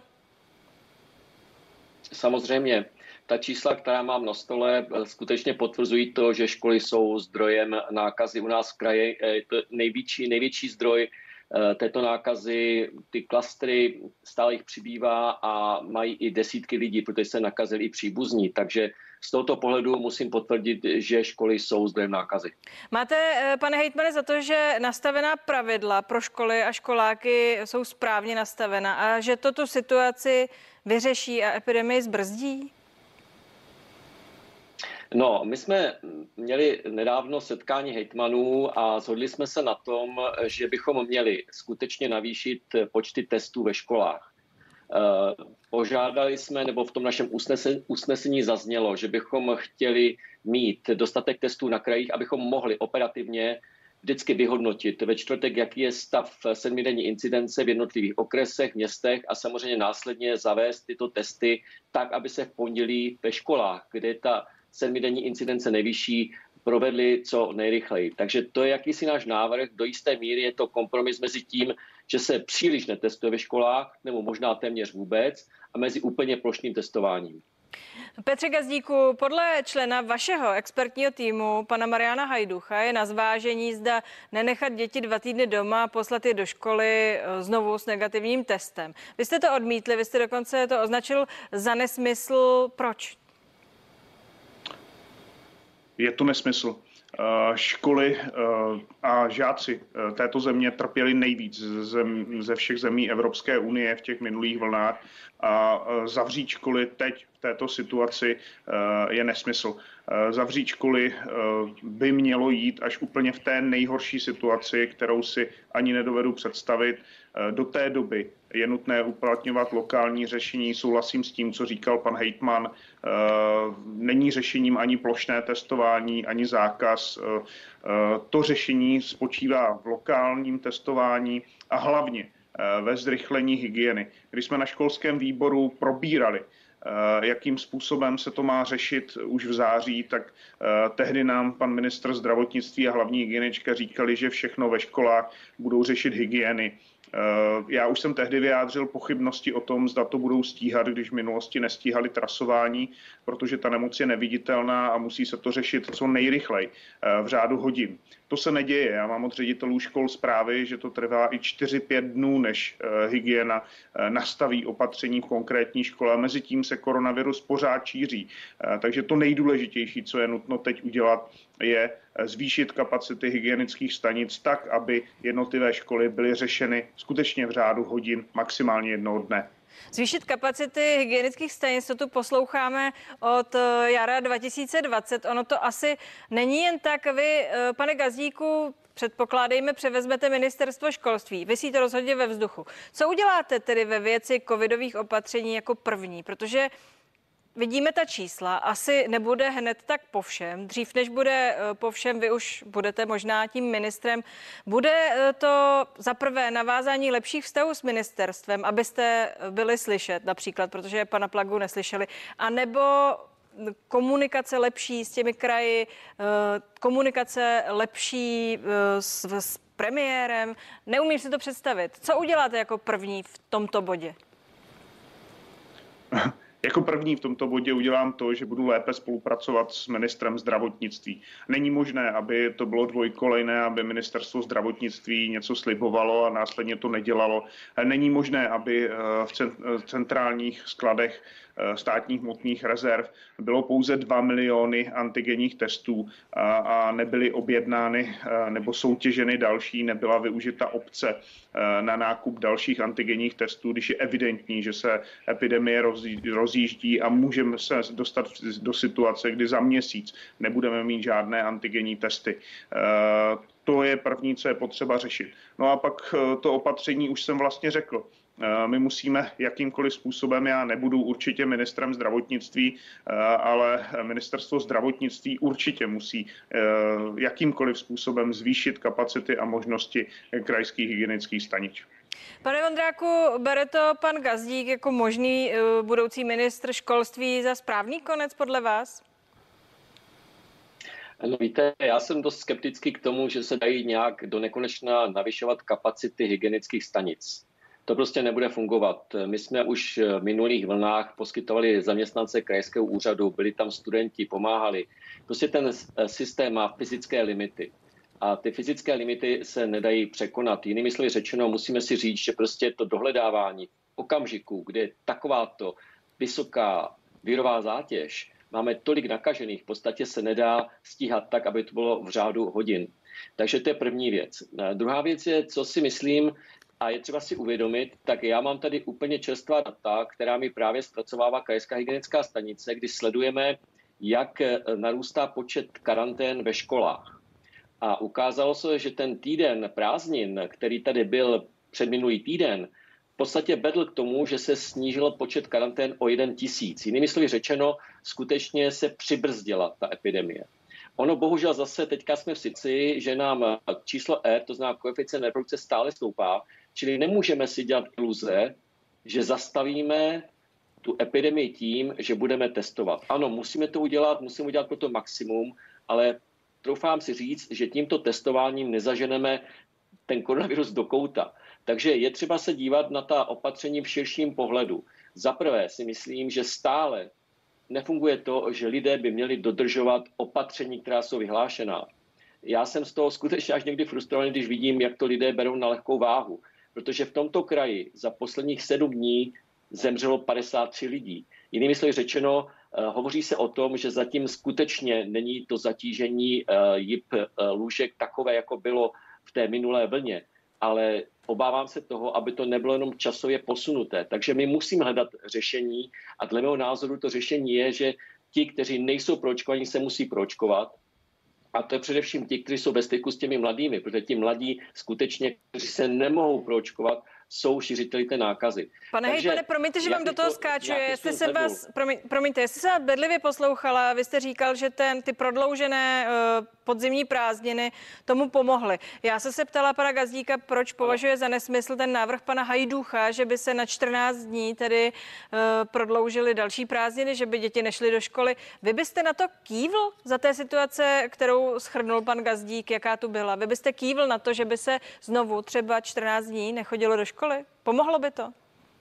Samozřejmě. Ta čísla, která mám na stole, skutečně potvrzují to, že školy jsou zdrojem nákazy u nás v kraji. Je to největší zdroj této nákazy. Ty klastry, stále jich přibývá a mají i desítky lidí, protože se nakazili i příbuzní. Takže z tohoto pohledu musím potvrdit, že školy jsou zdrojem nákazy. Máte, pane hejtmane, za to, že nastavená pravidla pro školy a školáky jsou správně nastavena a že to tu situaci vyřeší a epidemii zbrzdí? No, my jsme měli nedávno setkání hejtmanů a shodli jsme se na tom, že bychom měli skutečně navýšit počty testů ve školách. Požádali jsme, nebo v tom našem usnesení zaznělo, že bychom chtěli mít dostatek testů na krajích, abychom mohli operativně vždycky vyhodnotit ve čtvrtek, jaký je stav 7denní incidence v jednotlivých okresech, městech a samozřejmě následně zavést tyto testy tak, aby se v pondělí ve školách, kde je ta 7denní incidence nejvyšší, provedli co nejrychleji. Takže to je jakýsi náš návrh. Do jisté míry je to kompromis mezi tím, že se příliš netestuje ve školách, nebo možná téměř vůbec, a mezi úplně plošným testováním. Petře Gazdíku, podle člena vašeho expertního týmu, pana Mariana Hajducha, je na zvážení, zda nenechat děti 2 týdny doma a poslat je do školy znovu s negativním testem. Vy jste to odmítli, vy jste dokonce to označil za nesmysl. Proč? Je to nesmysl. Školy a žáci této země trpěli nejvíc ze všech zemí Evropské unie v těch minulých vlnách a zavřít školy teď v této situaci je nesmysl. Zavřít školy by mělo jít až úplně v té nejhorší situaci, kterou si ani nedovedu představit. Do té doby je nutné uplatňovat lokální řešení. Souhlasím s tím, co říkal pan hejtman. Není řešením ani plošné testování, ani zákaz. To řešení spočívá v lokálním testování a hlavně ve zrychlení hygieny. Když jsme na školském výboru probírali, jakým způsobem se to má řešit už v září, tak tehdy nám pan ministr zdravotnictví a hlavní hygienička říkali, že všechno ve školách budou řešit hygieny. Já už jsem tehdy vyjádřil pochybnosti o tom, zda to budou stíhat, když v minulosti nestíhali trasování, protože ta nemoc je neviditelná a musí se to řešit co nejrychleji, v řádu hodin. To se neděje. Já mám od ředitelů škol zprávy, že to trvá i 4-5 dnů, než hygiena nastaví opatření v konkrétní škole a mezi tím se koronavirus pořád šíří. Takže to nejdůležitější, co je nutno teď udělat, je zvýšit kapacity hygienických stanic tak, aby jednotlivé školy byly řešeny skutečně v řádu hodin, maximálně jednoho dne. Zvýšit kapacity hygienických stanic, to tu posloucháme od jara 2020. Ono to asi není jen tak. Vy, pane Gazdíku, předpokládejme, převezmete ministerstvo školství. Visí to rozhodně ve vzduchu. Co uděláte tedy ve věci covidových opatření jako první? Protože vidíme ta čísla, asi nebude hned tak po všem. Dřív, než bude po všem, vy už budete možná tím ministrem. Bude to za prvé navázání lepších vztahů s ministerstvem, abyste byli slyšet například, protože pana Plagu neslyšeli, anebo komunikace lepší s těmi kraji, komunikace lepší s premiérem. Neumím si to představit. Co uděláte jako první v tomto bodě? Jako první v tomto bodě udělám to, že budu lépe spolupracovat s ministrem zdravotnictví. Není možné, aby to bylo dvojkolejné, aby ministerstvo zdravotnictví něco slibovalo a následně to nedělalo. Není možné, aby v centrálních skladech státních hmotných rezerv bylo pouze 2 miliony antigenních testů a nebyly objednány nebo soutěženy další, nebyla využita opce na nákup dalších antigenních testů, když je evidentní, že se epidemie rozjíždí a můžeme se dostat do situace, kdy za měsíc nebudeme mít žádné antigenní testy. To je první, co je potřeba řešit. No a pak to opatření už jsem vlastně řekl. My musíme jakýmkoliv způsobem, já nebudu určitě ministrem zdravotnictví, ale ministerstvo zdravotnictví určitě musí jakýmkoliv způsobem zvýšit kapacity a možnosti krajských hygienických stanic. Pane Vondráku, bere to pan Gazdík jako možný budoucí ministr školství za správný konec podle vás? No víte, já jsem dost skeptický k tomu, že se dají nějak do nekonečna navyšovat kapacity hygienických stanic. To prostě nebude fungovat. My jsme už v minulých vlnách poskytovali zaměstnance krajského úřadu, byli tam studenti, pomáhali. Prostě ten systém má fyzické limity. A ty fyzické limity se nedají překonat. Jinými slovy řečeno, musíme si říct, že prostě to dohledávání okamžiku, kde je takováto vysoká virová zátěž, máme tolik nakažených, v podstatě se nedá stíhat tak, aby to bylo v řádu hodin. Takže to je první věc. Druhá věc je, co si myslím, a je třeba si uvědomit, tak já mám tady úplně čerstvá data, která mi právě zpracovává krajská hygienická stanice, kdy sledujeme, jak narůstá počet karantén ve školách. A ukázalo se, že ten týden prázdnin, který tady byl předminulý týden, v podstatě vedl k tomu, že se snížil počet karantén o 1 000. Jinými slovy řečeno, skutečně se přibrzdila ta epidemie. Ono bohužel zase teďka jsme v situaci, že nám číslo R, to znamená koeficient reprodukce, stále stoupá, čili nemůžeme si dělat iluze, že zastavíme tu epidemii tím, že budeme testovat. Ano, musíme to udělat, musíme udělat pro to maximum, ale troufám si říct, že tímto testováním nezaženeme ten koronavirus do kouta. Takže je třeba se dívat na ta opatření v širším pohledu. Za prvé si myslím, že stále nefunguje to, že lidé by měli dodržovat opatření, která jsou vyhlášená. Já jsem z toho skutečně až někdy frustrovaný, když vidím, jak to lidé berou na lehkou váhu. Protože v tomto kraji za posledních 7 dní zemřelo 53 lidí. Jinými slovy řečeno, hovoří se o tom, že zatím skutečně není to zatížení JIP lůžek takové, jako bylo v té minulé vlně. Ale obávám se toho, aby to nebylo jenom časově posunuté. Takže my musíme hledat řešení a dle mého názoru to řešení je, že ti, kteří nejsou proočkovaní, se musí proočkovat. A to je především ti, kteří jsou ve styku s těmi mladými, protože ti mladí skutečně, kteří se nemohou proočkovat, jsou šiřiteli té nákazy. Pane, promiňte, že vám do toho skáču. Jestli jsem vás bedlivě poslouchala, vy jste říkal, že ty prodloužené podzimní prázdniny tomu pomohly. Já se ptala pana Gazdíka, proč považuje za nesmysl ten návrh pana Hajdúcha, že by se na 14 dní tedy prodloužily další prázdniny, že by děti nešly do školy. Vy byste na to kývl za té situace, kterou shrnul pan Gazdík, jaká tu byla? Vy byste kývl na to, že by se znovu třeba 14 dní nechodilo do školy? Pomohlo by to?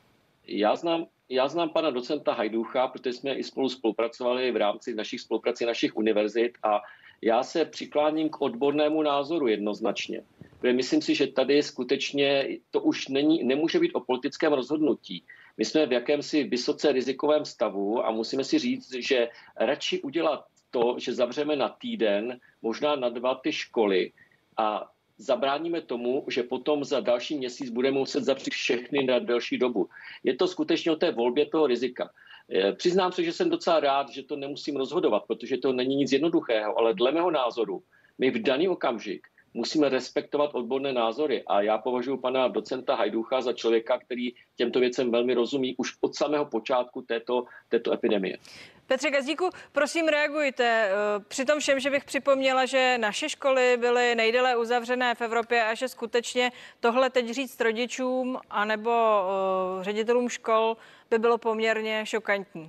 Já znám pana docenta Hajdúcha, protože jsme i spolu spolupracovali v rámci našich spoluprací našich univerzit a já se přikláním k odbornému názoru jednoznačně. Myslím si, že tady skutečně to už nemůže být o politickém rozhodnutí. My jsme v jakémsi vysoce rizikovém stavu a musíme si říct, že radši udělat to, že zavřeme na týden, možná na 2 ty školy a zabráníme tomu, že potom za další měsíc budeme muset zavřít všechny na delší dobu. Je to skutečně o té volbě toho rizika. Přiznám se, že jsem docela rád, že to nemusím rozhodovat, protože to není nic jednoduchého, ale dle mého názoru my v daný okamžik musíme respektovat odborné názory a já považuji pana docenta Hajdúcha za člověka, který těmto věcem velmi rozumí už od samého počátku této epidemie. Petře Gazdíku, prosím reagujte. Při tom všem, že bych připomněla, že naše školy byly nejdéle uzavřené v Evropě a že skutečně tohle teď říct rodičům anebo ředitelům škol by bylo poměrně šokantní.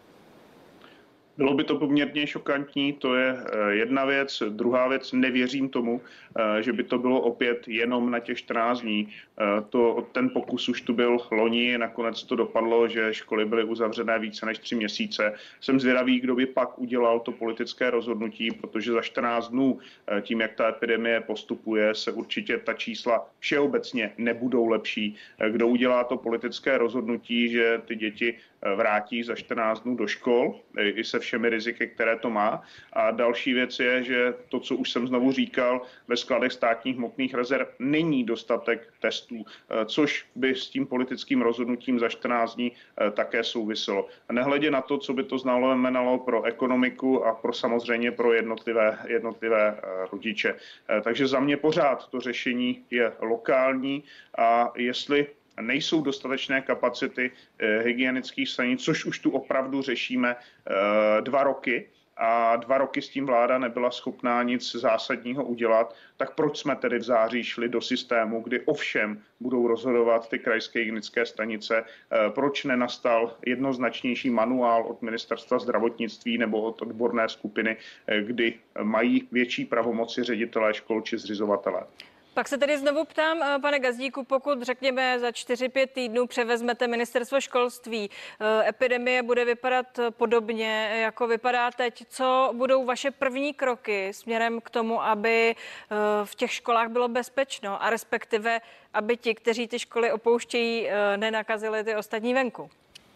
Bylo by to poměrně šokantní, to je jedna věc. Druhá věc, nevěřím tomu, že by to bylo opět jenom na těch 14 dní. Ten pokus už tu byl loni, nakonec to dopadlo, že školy byly uzavřené více než 3 měsíce. Jsem zvědavý, kdo by pak udělal to politické rozhodnutí, protože za 14 dnů, tím, jak ta epidemie postupuje, se určitě ta čísla všeobecně nebudou lepší. Kdo udělá to politické rozhodnutí, že ty děti vrátí za 14 dnů do škol, i se všemi riziky, které to má. A další věc je, že to, co už jsem znovu říkal, ve skladech státních hmotných rezerv není dostatek testů, což by s tím politickým rozhodnutím za 14 dní také souviselo. Nehledě na to, co by to znamenalo pro ekonomiku a samozřejmě pro jednotlivé rodiče. Takže za mě pořád to řešení je lokální a jestli nejsou dostatečné kapacity hygienických stanic, což už tu opravdu řešíme 2 roky, a 2 roky s tím vláda nebyla schopná nic zásadního udělat, tak proč jsme tedy v září šli do systému, kdy ovšem budou rozhodovat ty krajské hygienické stanice, proč nenastal jednoznačnější manuál od ministerstva zdravotnictví nebo od odborné skupiny, kdy mají větší pravomoci ředitelé škol či zřizovatelé. Pak se tedy znovu ptám, pane Gazdíku, pokud řekněme za 4-5 týdnů převezmete ministerstvo školství, epidemie bude vypadat podobně, jako vypadá teď. Co budou vaše první kroky směrem k tomu, aby v těch školách bylo bezpečno a respektive, aby ti, kteří ty školy opouštějí, nenakazili ty ostatní venku?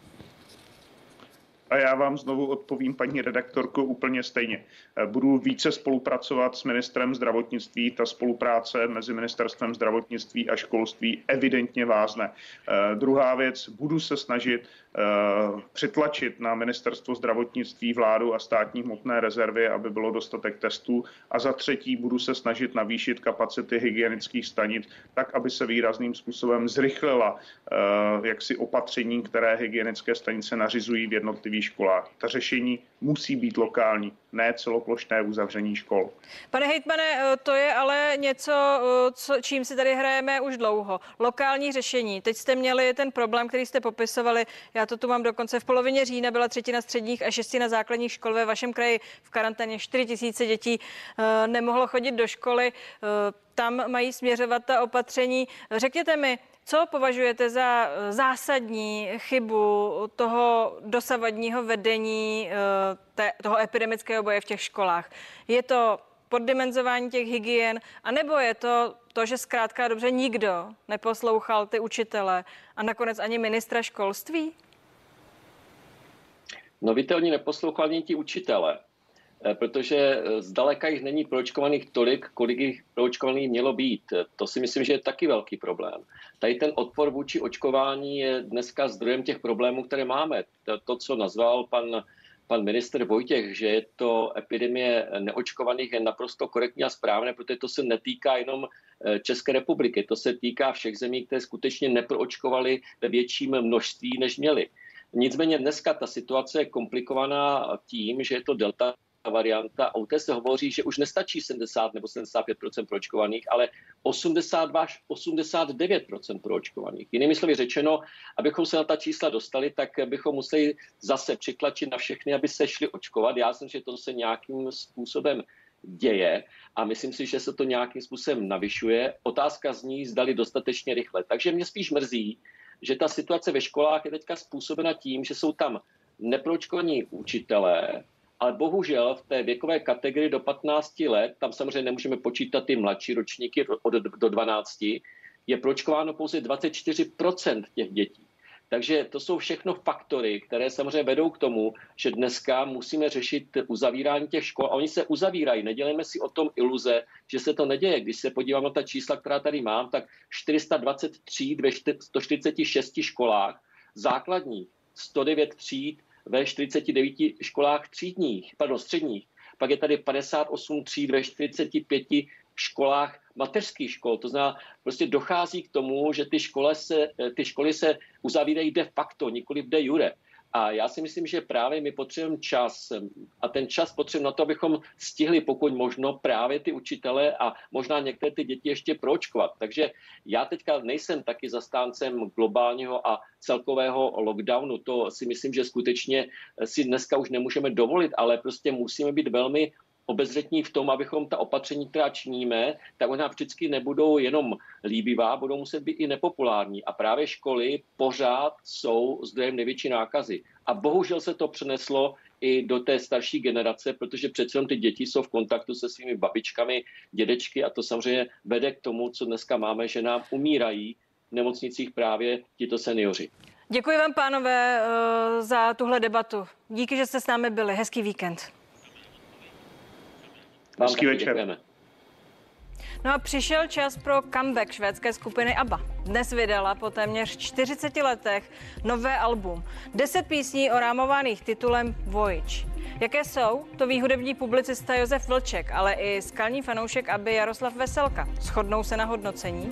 A já vám znovu odpovím, paní redaktorko, úplně stejně. Budu více spolupracovat s ministrem zdravotnictví. Ta spolupráce mezi ministerstvem zdravotnictví a školství evidentně vázne. Druhá věc, budu se snažit přitlačit na ministerstvo zdravotnictví, vládu a státní hmotné rezervy, aby bylo dostatek testů. A za třetí, budu se snažit navýšit kapacity hygienických stanic, tak, aby se výrazným způsobem zrychlila opatření, které hygienické stanice nařizují v jednotlivých školách. Ta řešení musí být lokální, ne celoplošné uzavření škol. Pane hejtmane, to je ale něco, čím si tady hrajeme už dlouho. Lokální řešení. Teď jste měli ten problém, který jste popisovali. Já to tu mám dokonce v polovině října, byla 1/3 středních a 1/6 základních škol ve vašem kraji v karanténě. 4 000 dětí nemohlo chodit do školy. Tam mají směřovat ta opatření. Řekněte mi, co považujete za zásadní chybu toho dosavadního vedení toho epidemického boje v těch školách? Je to poddimenzování těch hygien, anebo je to, že zkrátka dobře nikdo neposlouchal ty učitele a nakonec ani ministra školství? No víte, oni neposlouchali ani ti učitele, protože zdaleka jich není proočkovaných tolik, kolik jich proočkovaných mělo být. To si myslím, že je taky velký problém. Tady ten odpor vůči očkování je dneska zdrojem těch problémů, které máme. To, co nazval pan ministr Vojtěch, že je to epidemie neočkovaných, je naprosto korektní a správné, protože to se netýká jenom České republiky. To se týká všech zemí, které skutečně neproočkovaly ve větším množství, než měly. Nicméně dneska ta situace je komplikovaná tím, že je to delta varianta a u té se hovoří, že už nestačí 70 nebo 75% proočkovaných, ale 82 až 89% proočkovaných. Jinými slovy řečeno, abychom se na ta čísla dostali, tak bychom museli zase přitlačit na všechny, aby se šli očkovat. Já myslím, že to se nějakým způsobem děje a myslím si, že se to nějakým způsobem navyšuje. Otázka zní, zdali dostatečně rychle. Takže mě spíš mrzí, že ta situace ve školách je teďka způsobena tím, že jsou tam neproočkovaní učitelé, ale bohužel v té věkové kategorii do 15 let, tam samozřejmě nemůžeme počítat ty mladší ročníky do 12, je proočkováno pouze 24% těch dětí. Takže to jsou všechno faktory, které samozřejmě vedou k tomu, že dneska musíme řešit uzavírání těch škol. A oni se uzavírají, nedělejme si o tom iluze, že se to neděje. Když se podívám na ta čísla, která tady mám, tak 423 ve 146 školách základních, 109 tříd ve 49 školách středních. Pak je tady 58 tříd ve 45 školách mateřských škol. To znamená, prostě dochází k tomu, že ty školy se uzavírají de facto, nikoli de jure. A já si myslím, že právě my potřebujeme čas a ten čas potřebujeme na to, abychom stihli pokud možno právě ty učitele a možná některé ty děti ještě proočkovat. Takže já teďka nejsem taky zastáncem globálního a celkového lockdownu. To si myslím, že skutečně si dneska už nemůžeme dovolit, ale prostě musíme být velmi obezřetní v tom, abychom ta opatření, která činíme, tak ona vždycky nebudou jenom líbivá, budou muset být i nepopulární. A právě školy pořád jsou zdrojem největší nákazy. A bohužel se to přeneslo i do té starší generace, protože přece ty děti jsou v kontaktu se svými babičkami, dědečky a to samozřejmě vede k tomu, co dneska máme, že nám umírají v nemocnicích právě tito seniori. Děkuji vám, pánové, za tuhle debatu. Díky, že jste s námi byli. Hezký víkend. Hezký večer. Děkujeme. No a přišel čas pro comeback švédské skupiny ABBA. Dnes vydala po téměř 40 letech nové album. 10 písní orámovaných titulem Voyage. Jaké jsou, to ví hudební publicista Josef Vlček, ale i skalní fanoušek ABBY Jaroslav Veselka. Shodnou se na hodnocení?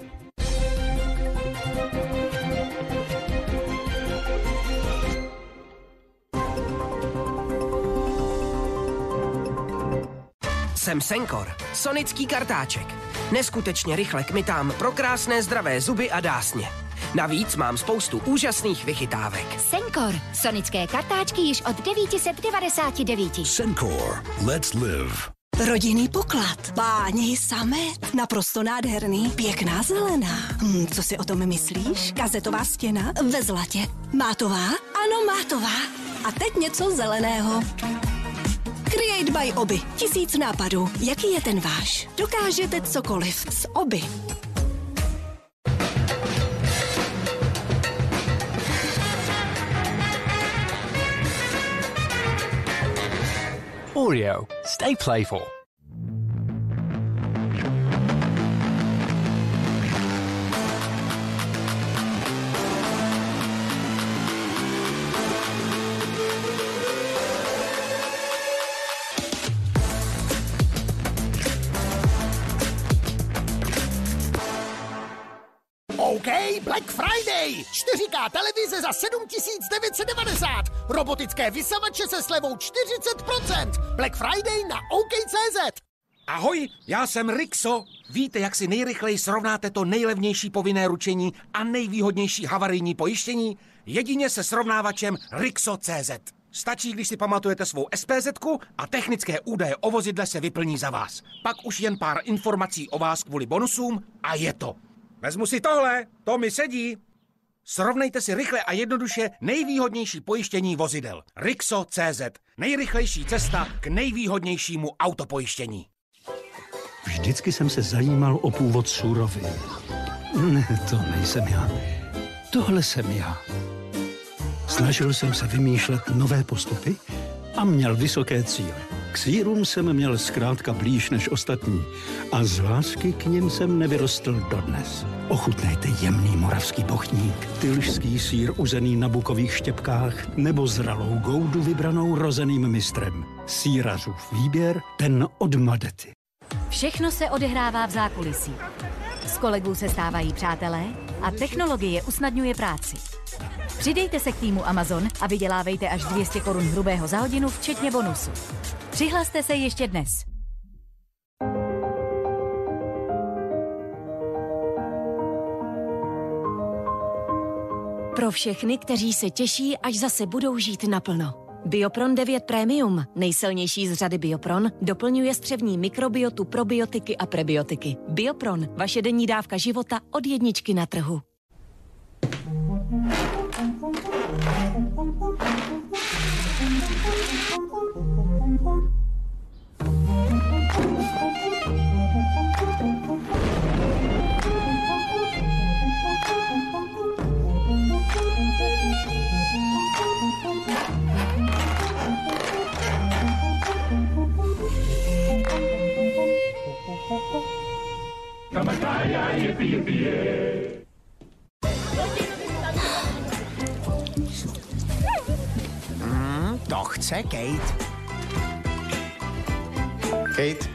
Jsem Senkor, sonický kartáček. Neskutečně rychle kmitám pro krásné zdravé zuby a dásně. Navíc mám spoustu úžasných vychytávek. Senkor, sonické kartáčky již od 999. Senkor, let's live. Rodinný poklad, páni samet, naprosto nádherný, pěkná zelená. Co si o tom myslíš? Kazetová stěna ve zlatě. Mátová? Ano, mátová. A teď něco zeleného. Create by Oby. 1000 nápadů. Jaký je ten váš? Dokážete cokoliv s Oby. Oreo, stay playful. OK, Black Friday! 4K televize za 7990. Robotické vysavače se slevou 40%. Black Friday na OK.cz. Ahoj, já jsem Rixo. Víte, jak si nejrychleji srovnáte to nejlevnější povinné ručení a nejvýhodnější havarijní pojištění? Jedině se srovnávačem Rixo.cz. Stačí, když si pamatujete svou SPZ-ku a technické údaje o vozidle se vyplní za vás. Pak už jen pár informací o vás kvůli bonusům a je to. Vezmu si tohle, to mi sedí. Srovnejte si rychle a jednoduše nejvýhodnější pojištění vozidel. Rixo.cz. Nejrychlejší cesta k nejvýhodnějšímu autopojištění. Vždycky jsem se zajímal o původ surovin. Ne, to nejsem já. Tohle jsem já. Snažil jsem se vymýšlet nové postupy a měl vysoké cíle. K sýrům jsem měl zkrátka blíž než ostatní a z lásky k nim jsem nevyrostl dodnes. Ochutnejte jemný moravský bochník, tylšský sýr uzený na bukových štěpkách nebo zralou goudu vybranou rozeným mistrem. Sýrařův výběr, ten od Madety. Všechno se odehrává v zákulisí. S kolegů se stávají přátelé a technologie usnadňuje práci. Přidejte se k týmu Amazon a vydělávejte až 200 Kč hrubého za hodinu, včetně bonusu. Přihlaste se ještě dnes. Pro všechny, kteří se těší, až zase budou žít naplno. Biopron 9 Premium, nejsilnější z řady Biopron, doplňuje střevní mikrobiotu, probiotiky a prebiotiky. Biopron, vaše denní dávka života od jedničky na trhu. To chce Kate. Kate?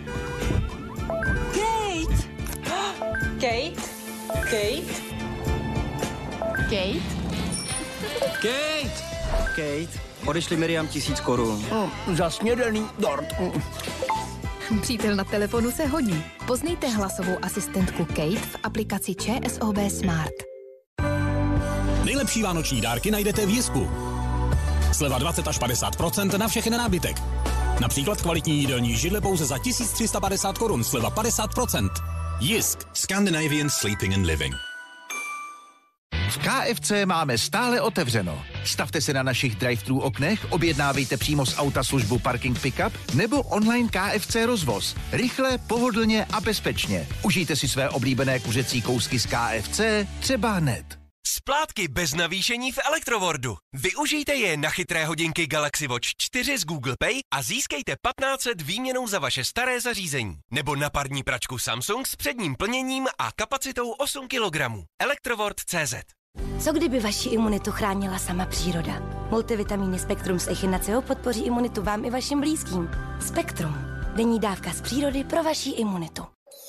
Kate? Kate? Kate? Kate! Kate, odešli Miriam 1000 korun. Za snědelný dort. Přítel na telefonu se hodí. Poznejte hlasovou asistentku Kate v aplikaci ČSOB Smart. Nejlepší vánoční dárky najdete v Jisku. Sleva 20 až 50% na všechny nábytek. Například kvalitní jídelní židle pouze za 1350 korun, sleva 50%. Jisk. Scandinavian Sleeping and Living. V KFC máme stále otevřeno. Stavte se na našich drive-thru oknech, objednávejte přímo z auta službu Parking Pickup nebo online KFC rozvoz. Rychle, pohodlně a bezpečně. Užijte si své oblíbené kuřecí kousky z KFC třeba hned. Splátky bez navýšení v Elektrowordu. Využijte je na chytré hodinky Galaxy Watch 4 z Google Pay a získejte 1500 výměnou za vaše staré zařízení. Nebo na parní pračku Samsung s předním plněním a kapacitou 8 kg. Elektroworld.cz. Co kdyby vaši imunitu chránila sama příroda? Multivitamíny Spektrum z Echinaceo podpoří imunitu vám i vašim blízkým. Spektrum. Denní dávka z přírody pro vaši imunitu.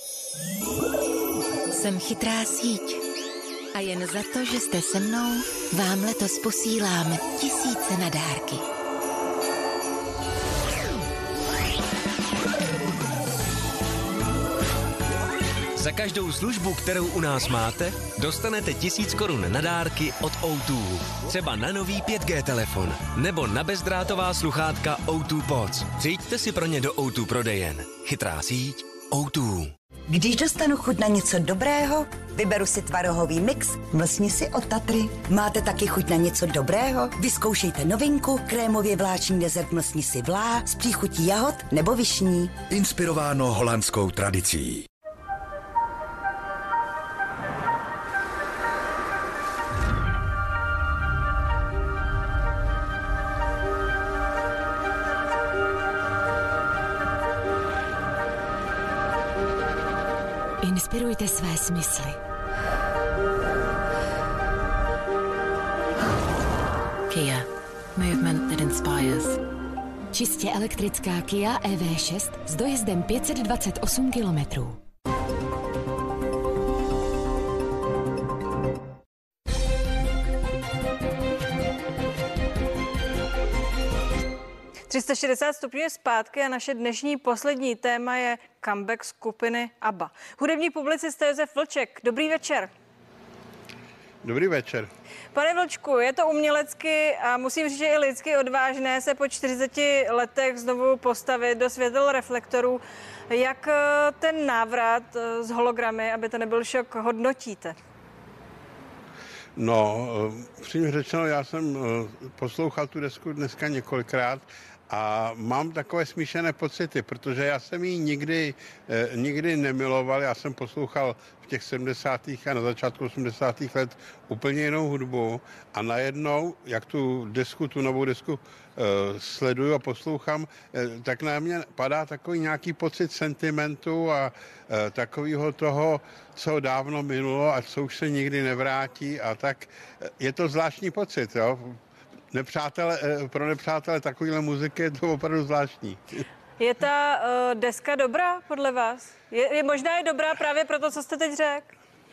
Jsem chytrá síť. A jen za to, že jste se mnou, vám letos posílám tisíce na dárky. Za každou službu, kterou u nás máte, dostanete 1000 korun na dárky od O2. Třeba na nový 5G telefon nebo na bezdrátová sluchátka O2 Pods. Přijďte si pro ně do O2 prodejen. Chytrá síť O2. Když dostanu chuť na něco dobrého, vyberu si tvarohový mix Mlsni si od Tatry. Máte taky chuť na něco dobrého? Vyzkoušejte novinku, krémově vláční dezert Mlsni si vlá s příchutí jahod nebo višní. Inspirováno holandskou tradicí. Inspirujte své smysly. Kia. Movement that inspires. Čistě elektrická Kia EV6 s dojezdem 528 kilometrů. ...360 je zpátky a naše dnešní poslední téma je comeback skupiny ABBA. Hudební publicista Josef Vlček, dobrý večer. Dobrý večer. Pane Vlčku, je to umělecky a musím říct, že i lidsky odvážné se po 40 letech znovu postavit do světel reflektorů. Jak ten návrat s hologramy, aby to nebyl šok, hodnotíte? No, přímě řečeno, já jsem poslouchal tu desku dneska několikrát a mám takové smíšené pocity, protože já jsem ji nikdy nemiloval, já jsem poslouchal v těch 70. a na začátku 80. let úplně jinou hudbu a najednou, jak tu novou desku sleduju a poslouchám, tak na mě padá takový nějaký pocit sentimentu a takového toho, co dávno minulo a co už se nikdy nevrátí a tak je to zvláštní pocit, jo. Pro nepřátele takovéhle muziky je to opravdu zvláštní. Je ta deska dobrá podle vás? Je možná dobrá právě pro to, co jste teď řekl?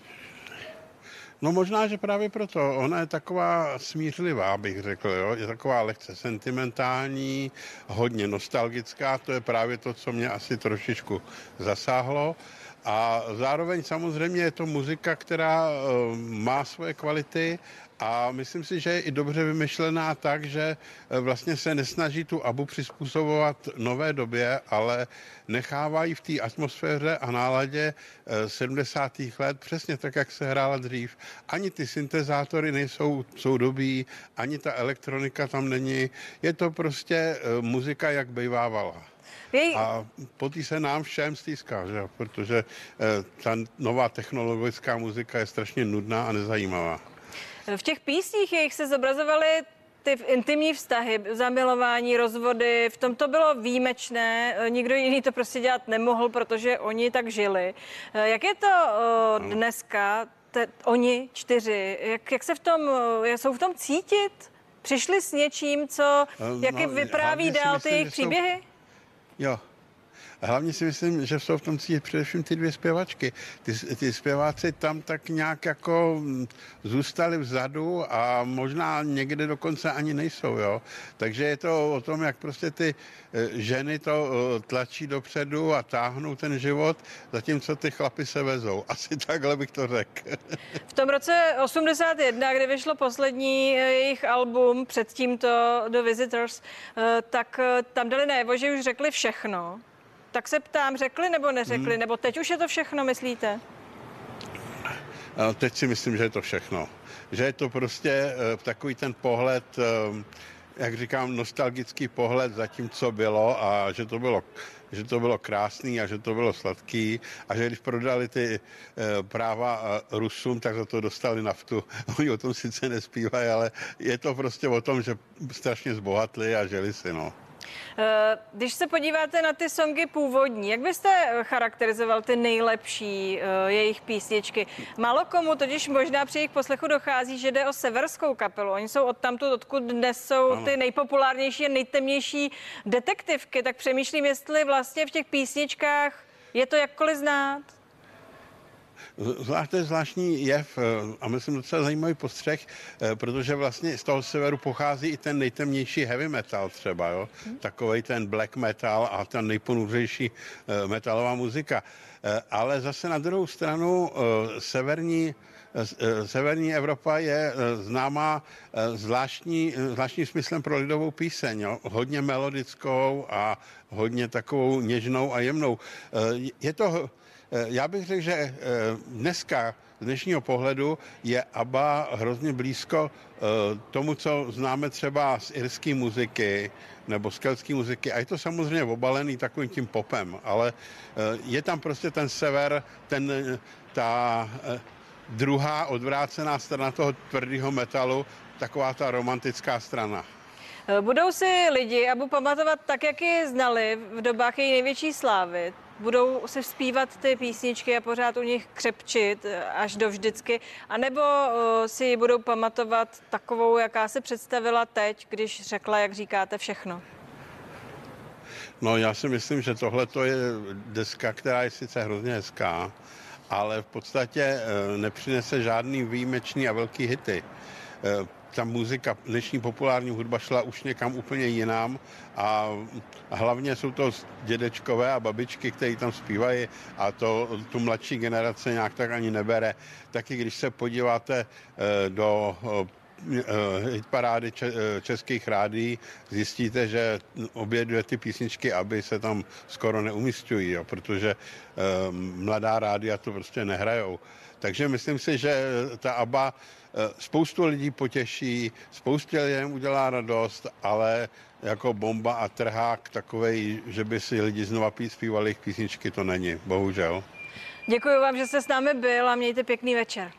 No možná, že právě proto. Ona je taková smířlivá, bych řekl. Jo? Je taková lehce sentimentální, hodně nostalgická. To je právě to, co mě asi trošičku zasáhlo. A zároveň samozřejmě je to muzika, která má svoje kvality a myslím si, že je i dobře vymyšlená tak, že vlastně se nesnaží tu ABBU přizpůsobovat nové době, ale nechávají v té atmosféře a náladě 70. let přesně tak, jak se hrála dřív. Ani ty syntezátory nejsou soudobí, ani ta elektronika tam není. Je to prostě muzika, jak bývávala. A po té se nám všem stýská, že? Protože ta nová technologická muzika je strašně nudná a nezajímavá. V těch písních jejich se zobrazovaly ty intimní vztahy, zamilování, rozvody, v tom to bylo výjimečné, nikdo jiný to prostě dělat nemohl, protože oni tak žili. Jak je to dneska, oni 4, jak se jsou v tom cítit? Přišli s něčím, jak vypráví dál ty jejich příběhy? Jo. Hlavně si myslím, že jsou v tom cítit především ty dvě zpěvačky. Ty zpěváci tam tak nějak jako zůstali vzadu a možná někde dokonce ani nejsou, jo. Takže je to o tom, jak prostě ty ženy to tlačí dopředu a táhnou ten život, zatímco ty chlapy se vezou. Asi takhle bych to řekl. V tom roce 81, kdy vyšlo poslední jejich album, předtím to The Visitors, tak tam dali najevo, že už řekli všechno. Tak se ptám, řekli nebo neřekli, nebo teď už je to všechno, myslíte? Teď si myslím, že je to všechno. Že je to prostě takový ten pohled, jak říkám, nostalgický pohled za tím, co bylo a že to bylo krásný a že to bylo sladký a že když prodali ty práva Rusům, tak za to dostali naftu. Oni o tom sice nespívají, ale je to prostě o tom, že strašně zbohatli a žili si, no. Když se podíváte na ty songy původní, jak byste charakterizoval ty nejlepší jejich písničky? Málo komu totiž možná při jejich poslechu dochází, že jde o severskou kapelu. Oni jsou odtamtud, odkud dnes jsou ty nejpopulárnější a nejtemnější detektivky, tak přemýšlím, jestli vlastně v těch písničkách je to jakkoliv znát. To je zvláštní jev a myslím docela zajímavý postřeh, protože vlastně z toho severu pochází i ten nejtemnější heavy metal třeba, jo? Takovej ten black metal a ta nejponuřejší metalová muzika. Ale zase na druhou stranu severní Evropa je známá zvláštním smyslem pro lidovou píseň, jo? Hodně melodickou a hodně takovou něžnou a jemnou. Já bych řekl, že dneska, z dnešního pohledu, je ABBA hrozně blízko tomu, co známe třeba z irské muziky nebo z keltské muziky. A je to samozřejmě obalený takovým tím popem, ale je tam prostě ten sever, ta druhá odvrácená strana toho tvrdého metalu, taková ta romantická strana. Budou si lidi ABBU pamatovat tak, jak ji znali v dobách její největší slávy? Budou si zpívat ty písničky a pořád u nich křepčit až do vždycky? A nebo si budou pamatovat takovou, jaká se představila teď, když řekla, jak říkáte, všechno? No, já si myslím, že tohle je deska, která je sice hrozně hezká, ale v podstatě nepřinese žádný výjimečný a velký hity. Ta muzika, dnešní populární hudba šla už někam úplně jinam a hlavně jsou to dědečkové a babičky, kteří tam zpívají a tu mladší generace nějak tak ani nebere. Taky když se podíváte do hitparády českých rádií, zjistíte, že obě dvě ty písničky ABBY se tam skoro neumisťují, jo, protože mladá rádia to prostě nehrajou. Takže myslím si, že ta ABBA spoustu lidí potěší, spoustě lidem udělá radost, ale jako bomba a trhák takovej, že by si lidi znova zpívali jejich písničky, to není, bohužel. Děkuji vám, že jste s námi byl a mějte pěkný večer.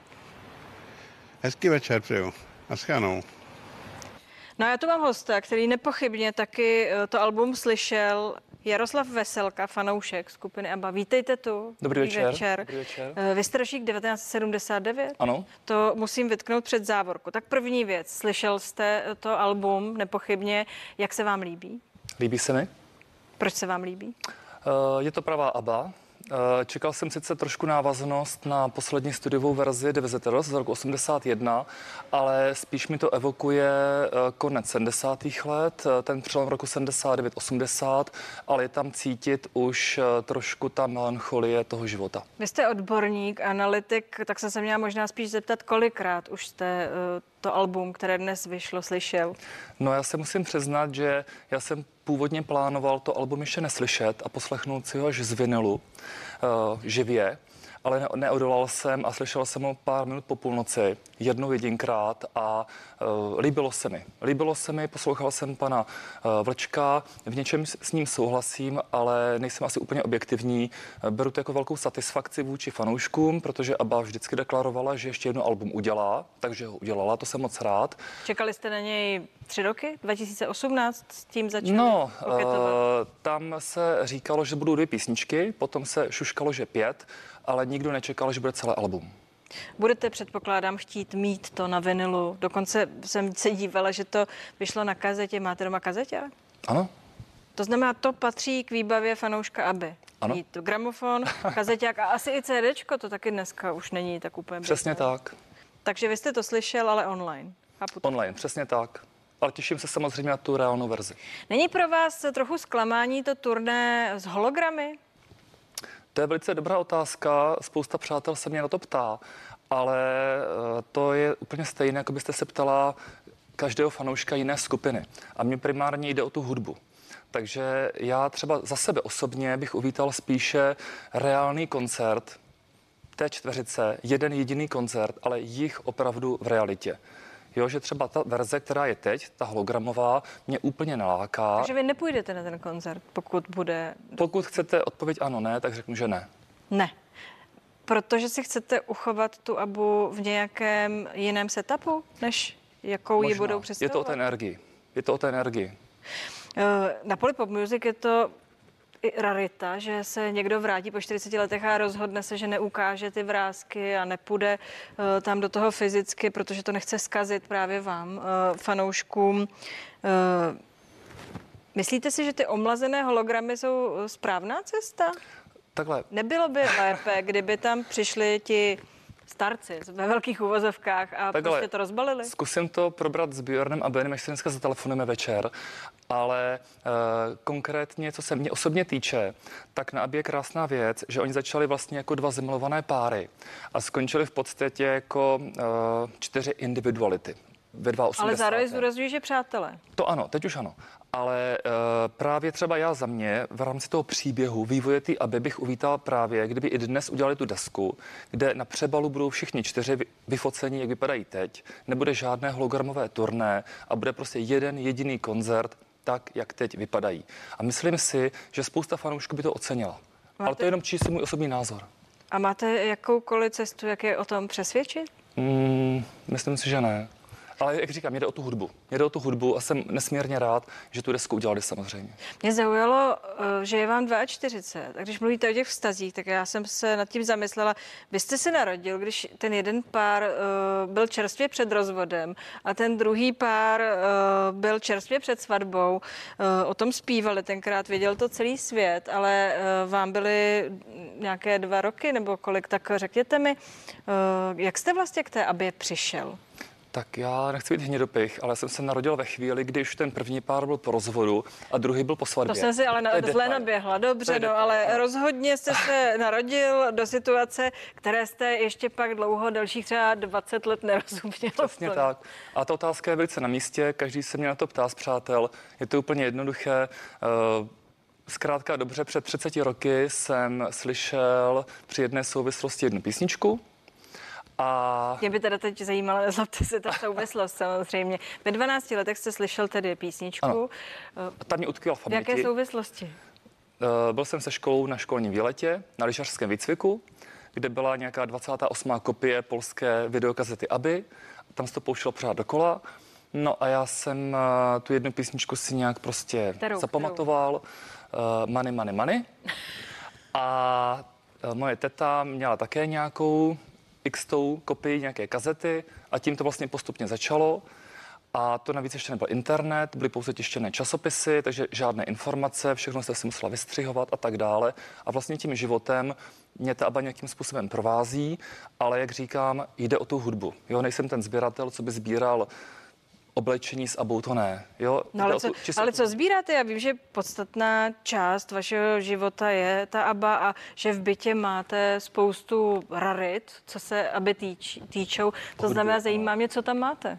Hezký večer přeju. Naschledanou. No a já tu mám hosta, který nepochybně taky to album slyšel. Jaroslav Veselka, fanoušek skupiny ABBA. Vítejte tu. Dobrý večer. Dobrý večer. Vy jste ročník 1979? Ano. To musím vytknout před závorku. Tak první věc, slyšel jste to album nepochybně. Jak se vám líbí? Líbí se mi. Proč se vám líbí? Je to pravá ABBA. Čekal jsem sice trošku návaznost na poslední studiovou verzi The Visitors z roku 81, ale spíš mi to evokuje konec 70. let, ten přelom roku 79-80, ale je tam cítit už trošku ta melancholie toho života. Vy jste odborník, analytik, tak jsem se měla možná spíš zeptat, kolikrát už jste to album, které dnes vyšlo, slyšel? No, já se musím přiznat, že já jsem původně plánoval to album ještě neslyšet a poslechnout si ho až z vinylu živě, ale neodolal jsem a slyšel jsem ho pár minut po půlnoci, jedinkrát a líbilo se mi, poslouchal jsem pana Vlčka, v něčem s ním souhlasím, ale nejsem asi úplně objektivní. Beru to jako velkou satisfakci vůči fanouškům, protože ABBA vždycky deklarovala, že ještě jedno album udělá, takže ho udělala, to jsem moc rád. Čekali jste na něj 3 roky? 2018 s tím začali koketovat? Tam se říkalo, že budou 2 písničky, potom se šuškalo, že 5, ale nikdo nečekal, že bude celé album. Budete, předpokládám, chtít mít to na vinilu. Dokonce jsem se dívala, že to vyšlo na kazetě. Máte doma kazeťák? Ano. To znamená, to patří k výbavě fanouška ABBY. Ano. Mít gramofon, kazeťák a asi i CDčko, to taky dneska už není tak úplně Přesně bezné. tak. Takže vy jste to slyšel, ale online. Chápu to. Online, přesně tak. Ale těším se samozřejmě na tu reálnou verzi. Není pro vás trochu zklamání to turné s hologramy? To je velice dobrá otázka. Spousta přátel se mě na to ptá, ale to je úplně stejné, jako byste se ptala každého fanouška jiné skupiny. A mně primárně jde o tu hudbu. Takže já třeba za sebe osobně bych uvítal spíše reálný koncert té čtveřice, jeden jediný koncert, ale jich opravdu v realitě. Jo, že třeba ta verze, která je teď, ta hologramová, mě úplně naláká. Takže vy nepůjdete na ten koncert, pokud bude... Pokud chcete odpověď ano, ne, tak řeknu, že ne. Ne. Protože si chcete uchovat tu ABBU v nějakém jiném setupu, než jakou ji budou představovat? Je to o té energii. Je to o té energii. Na Polypop Music je to i rarita, že se někdo vrátí po 40 letech a rozhodne se, že neukáže ty vrásky a nepůjde tam do toho fyzicky, protože to nechce zkazit právě vám, fanouškům. Myslíte si, že ty omlazené hologramy jsou správná cesta? Takhle. Nebylo by lépe, kdyby tam přišli ti starci ve velkých uvozovkách a takhle, prostě to rozbalili? Zkusím to probrat s Björnem a Benem, až se dneska zatelefonujeme večer, ale konkrétně, co se mě osobně týče, tak na ABBě je krásná věc, že oni začali vlastně jako dva zamilované páry a skončili v podstatě jako 4 individuality. Ve 82. Ale zároveň zdůrazňuji, že přátelé. To ano, teď už ano. Ale právě třeba já za mě v rámci toho příběhu vývoje té ABBY bych uvítal právě, kdyby i dnes udělali tu desku, kde na přebalu budou všichni 4 vyfocení, jak vypadají teď, nebude žádné hologramové turné a bude prostě jeden jediný koncert tak, jak teď vypadají. A myslím si, že spousta fanoušků by to ocenila. Ale to je jenom čistě můj osobní názor. A máte jakoukoliv cestu, jak je o tom přesvědčit? Myslím si, že ne. Ale jak říkám, jde o tu hudbu. Jde o tu hudbu a jsem nesmírně rád, že tu desku udělali samozřejmě. Mě zaujalo, že je vám 42. A když mluvíte o těch vztazích, tak já jsem se nad tím zamyslela. Vy jste se narodil, když ten jeden pár byl čerstvě před rozvodem a ten druhý pár byl čerstvě před svatbou. O tom zpívali, tenkrát věděl to celý svět, ale vám byly nějaké 2 roky nebo kolik, tak řekněte mi, jak jste vlastně k té ABBě přišel? Tak já nechci být hnědopich, ale jsem se narodil ve chvíli, když ten první pár byl po rozvodu a druhý byl po svatbě. To jsem si ale zle naběhla, dobře, no, ale rozhodně jste se narodil do situace, které jste ještě pak dlouho, dalších třeba 20 let nerozuměl. Přesně tak. A ta otázka je velice na místě, každý se mě na to ptá z přátel, je to úplně jednoduché. Zkrátka dobře, před 30 roky jsem slyšel při jedné souvislosti jednu písničku. A... Mě by teda teď zajímalo, nezlobte se, ta souvislost samozřejmě. Ve 12 letech jste slyšel tedy písničku. Ano. Ta mě utkvěla v paměti. V jaké souvislosti? Byl jsem se školou na školním výletě, na lyžařském výcviku, kde byla nějaká 28. kopie polské videokazety ABBY. Tam se to pouštělo pořád dokola. No a já jsem tu jednu písničku si nějak prostě zapamatoval. Money, money, money. A moje teta měla také nějakou x-tou kopii nějaké kazety a tím to vlastně postupně začalo. A to navíc ještě nebyl internet, byly pouze tištěné časopisy, takže žádné informace, všechno se si musela vystřihovat a tak dále. A vlastně tím životem mě ta ABBA nějakým způsobem provází, ale jak říkám, jde o tu hudbu. Jo, nejsem ten sběratel, co by sbíral oblečení s ABBou, to ne. Jo, no ale co sbíráte? Já vím, že podstatná část vašeho života je ta ABBA a že v bytě máte spoustu rarit, co se ABBY týčou. To znamená, zajímá mě, co tam máte.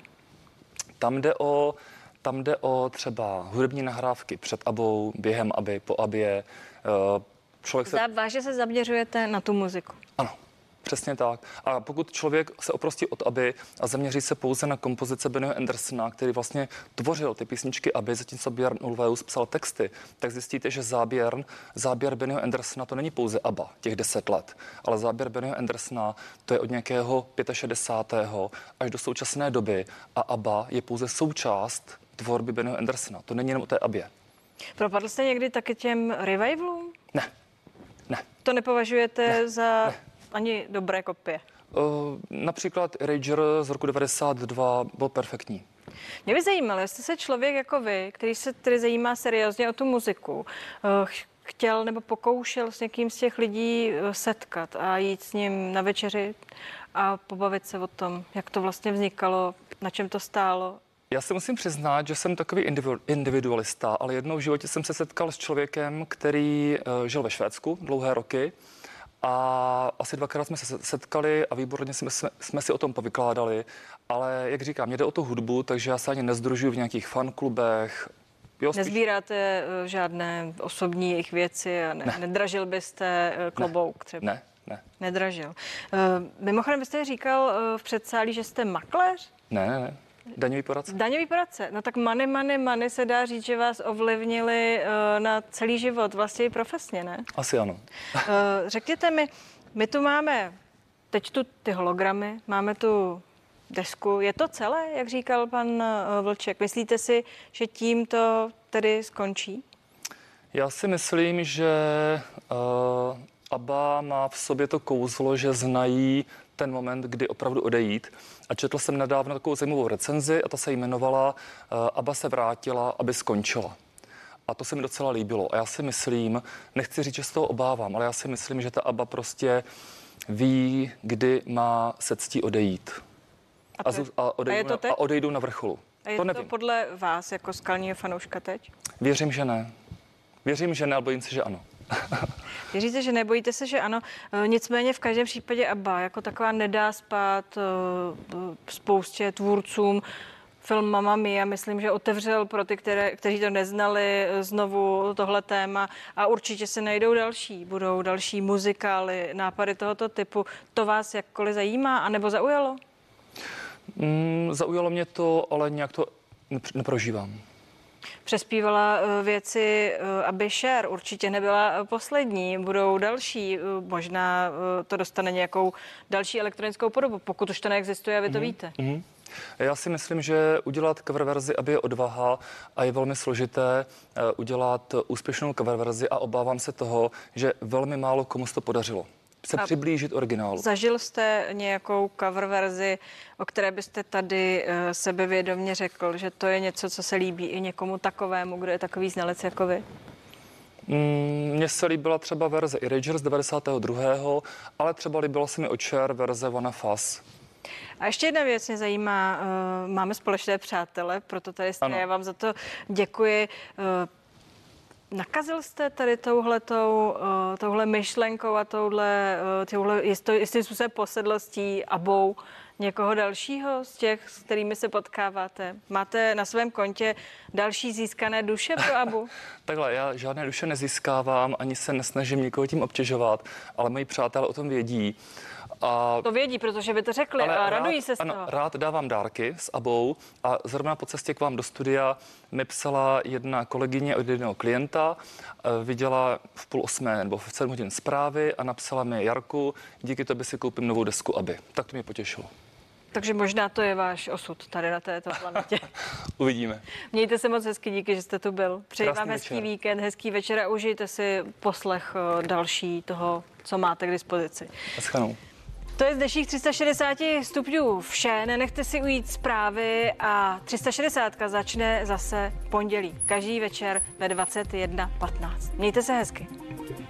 Tam jde o třeba hudební nahrávky před ABBou, během ABBY, po ABBě. Vážně se zaměřujete na tu muziku? Ano. Přesně tak. A pokud člověk se oprostí od ABBY a zaměří se pouze na kompozice Bennyho Andersona, který vlastně tvořil ty písničky ABBY, zatímco Björn Ulvaeus psal texty, tak zjistíte, že záběr Bennyho Andersona to není pouze ABBA, těch 10 let, ale záběr Bennyho Andersona to je od nějakého 65. až do současné doby a ABBA je pouze součást tvorby Bennyho Andersona. To není jenom o té ABBě. Propadl jste někdy taky těm revivalům? Ne. To nepovažujete za... Ani dobré kopie. Například Rager z roku 92 byl perfektní. Mě by zajímalo, jestli se člověk jako vy, který se tedy zajímá seriózně o tu muziku, chtěl nebo pokoušel s někým z těch lidí setkat a jít s ním na večeři a pobavit se o tom, jak to vlastně vznikalo, na čem to stálo. Já se musím přiznat, že jsem takový individualista, ale jednou v životě jsem se setkal s člověkem, který žil ve Švédsku dlouhé roky. A asi 2krát jsme se setkali a výborně jsme si o tom povykládali. Ale jak říkám, jde o tu hudbu, takže já se ani nezdružuji v nějakých fanklubech. Nezbíráte žádné osobní jejich věci a nedražil byste klobouk třeba? Ne. Nedražil. Mimochodem byste říkal v předsálí, že jste makléř? Ne. Daňový poradce. Daňový poradce. No tak money se dá říct, že vás ovlivnili na celý život, vlastně i profesně, ne? Asi ano. Řekněte mi, my tu máme teď tu ty hologramy, máme tu desku. Je to celé, jak říkal pan Vlček? Myslíte si, že tím to tedy skončí? Já si myslím, že ABBA má v sobě to kouzlo, že znají ten moment, kdy opravdu odejít. A četl jsem nedávno takovou zajímavou recenzi a ta se jmenovala ABBA se vrátila, aby skončila. A to se mi docela líbilo. A já si myslím, nechci říct, že z toho obávám, ale já si myslím, že ta ABBA prostě ví, kdy má se ctí odejít. A odejdou na vrcholu. A je to podle vás jako skalního fanouška teď? Věřím, že ne. Věřím, že ne, ale bojím se, že ano. Věříte, že nebojíte se, že ano. Nicméně v každém případě ABBA jako taková nedá spát spoustě tvůrcům. Film Mamma Mia, myslím, že otevřel pro ty, kteří to neznali, znovu tohle téma a určitě se najdou další. Budou další muzikály, nápady tohoto typu. To vás jakkoliv zajímá anebo zaujalo? Zaujalo mě to, ale nějak to neprožívám. Přespívala věci Abby Sher, určitě nebyla poslední, budou další, možná to dostane nějakou další elektronickou podobu, pokud už to neexistuje a vy to víte. Já si myslím, že udělat cover verzi, aby je odvaha a je velmi složité udělat úspěšnou cover verzi a obávám se toho, že velmi málo komu se to podařilo se přiblížit originálu. Zažil jste nějakou cover verzi, o které byste tady sebevědomě řekl, že to je něco, co se líbí i někomu takovému, kdo je takový znalec jako vy? Mně se líbila třeba verze Erasure z 92., ale třeba líbila se mi od Cher verze Wanna Fuss. A ještě jedna věc mě zajímá, máme společné přátele, proto tady jste, já vám za to děkuji. Nakazil jste tady touhle myšlenkou a touhle jestli způsobem posedlostí ABBou někoho dalšího z těch, s kterými se potkáváte? Máte na svém kontě další získané duše pro ABBu? Takhle, já žádné duše nezískávám, ani se nesnažím nikoho tím obtěžovat, ale moji přátelé o tom vědí. To vědí, protože by to řekli a radují se z toho. Ano, rád dávám dárky s ABBou a zrovna po cestě k vám do studia mi psala jedna kolegyně od jednoho klienta, viděla v 7:30 nebo v 7 hodin zprávy a napsala mi: Jarku, díky tobě si koupím novou desku ABBY. Tak to mě potěšilo. Takže možná to je váš osud tady na této planetě. Uvidíme. Mějte se moc hezky, díky, že jste tu byl. Přeji vám hezký víkend, hezký večer a užijte si poslech další toho, co máte k dispozici. Naschledanou. To je z dnešních 360 stupňů vše. Nenechte si ujít zprávy a 360 začne zase v pondělí. Každý večer ve 21:15. Mějte se hezky.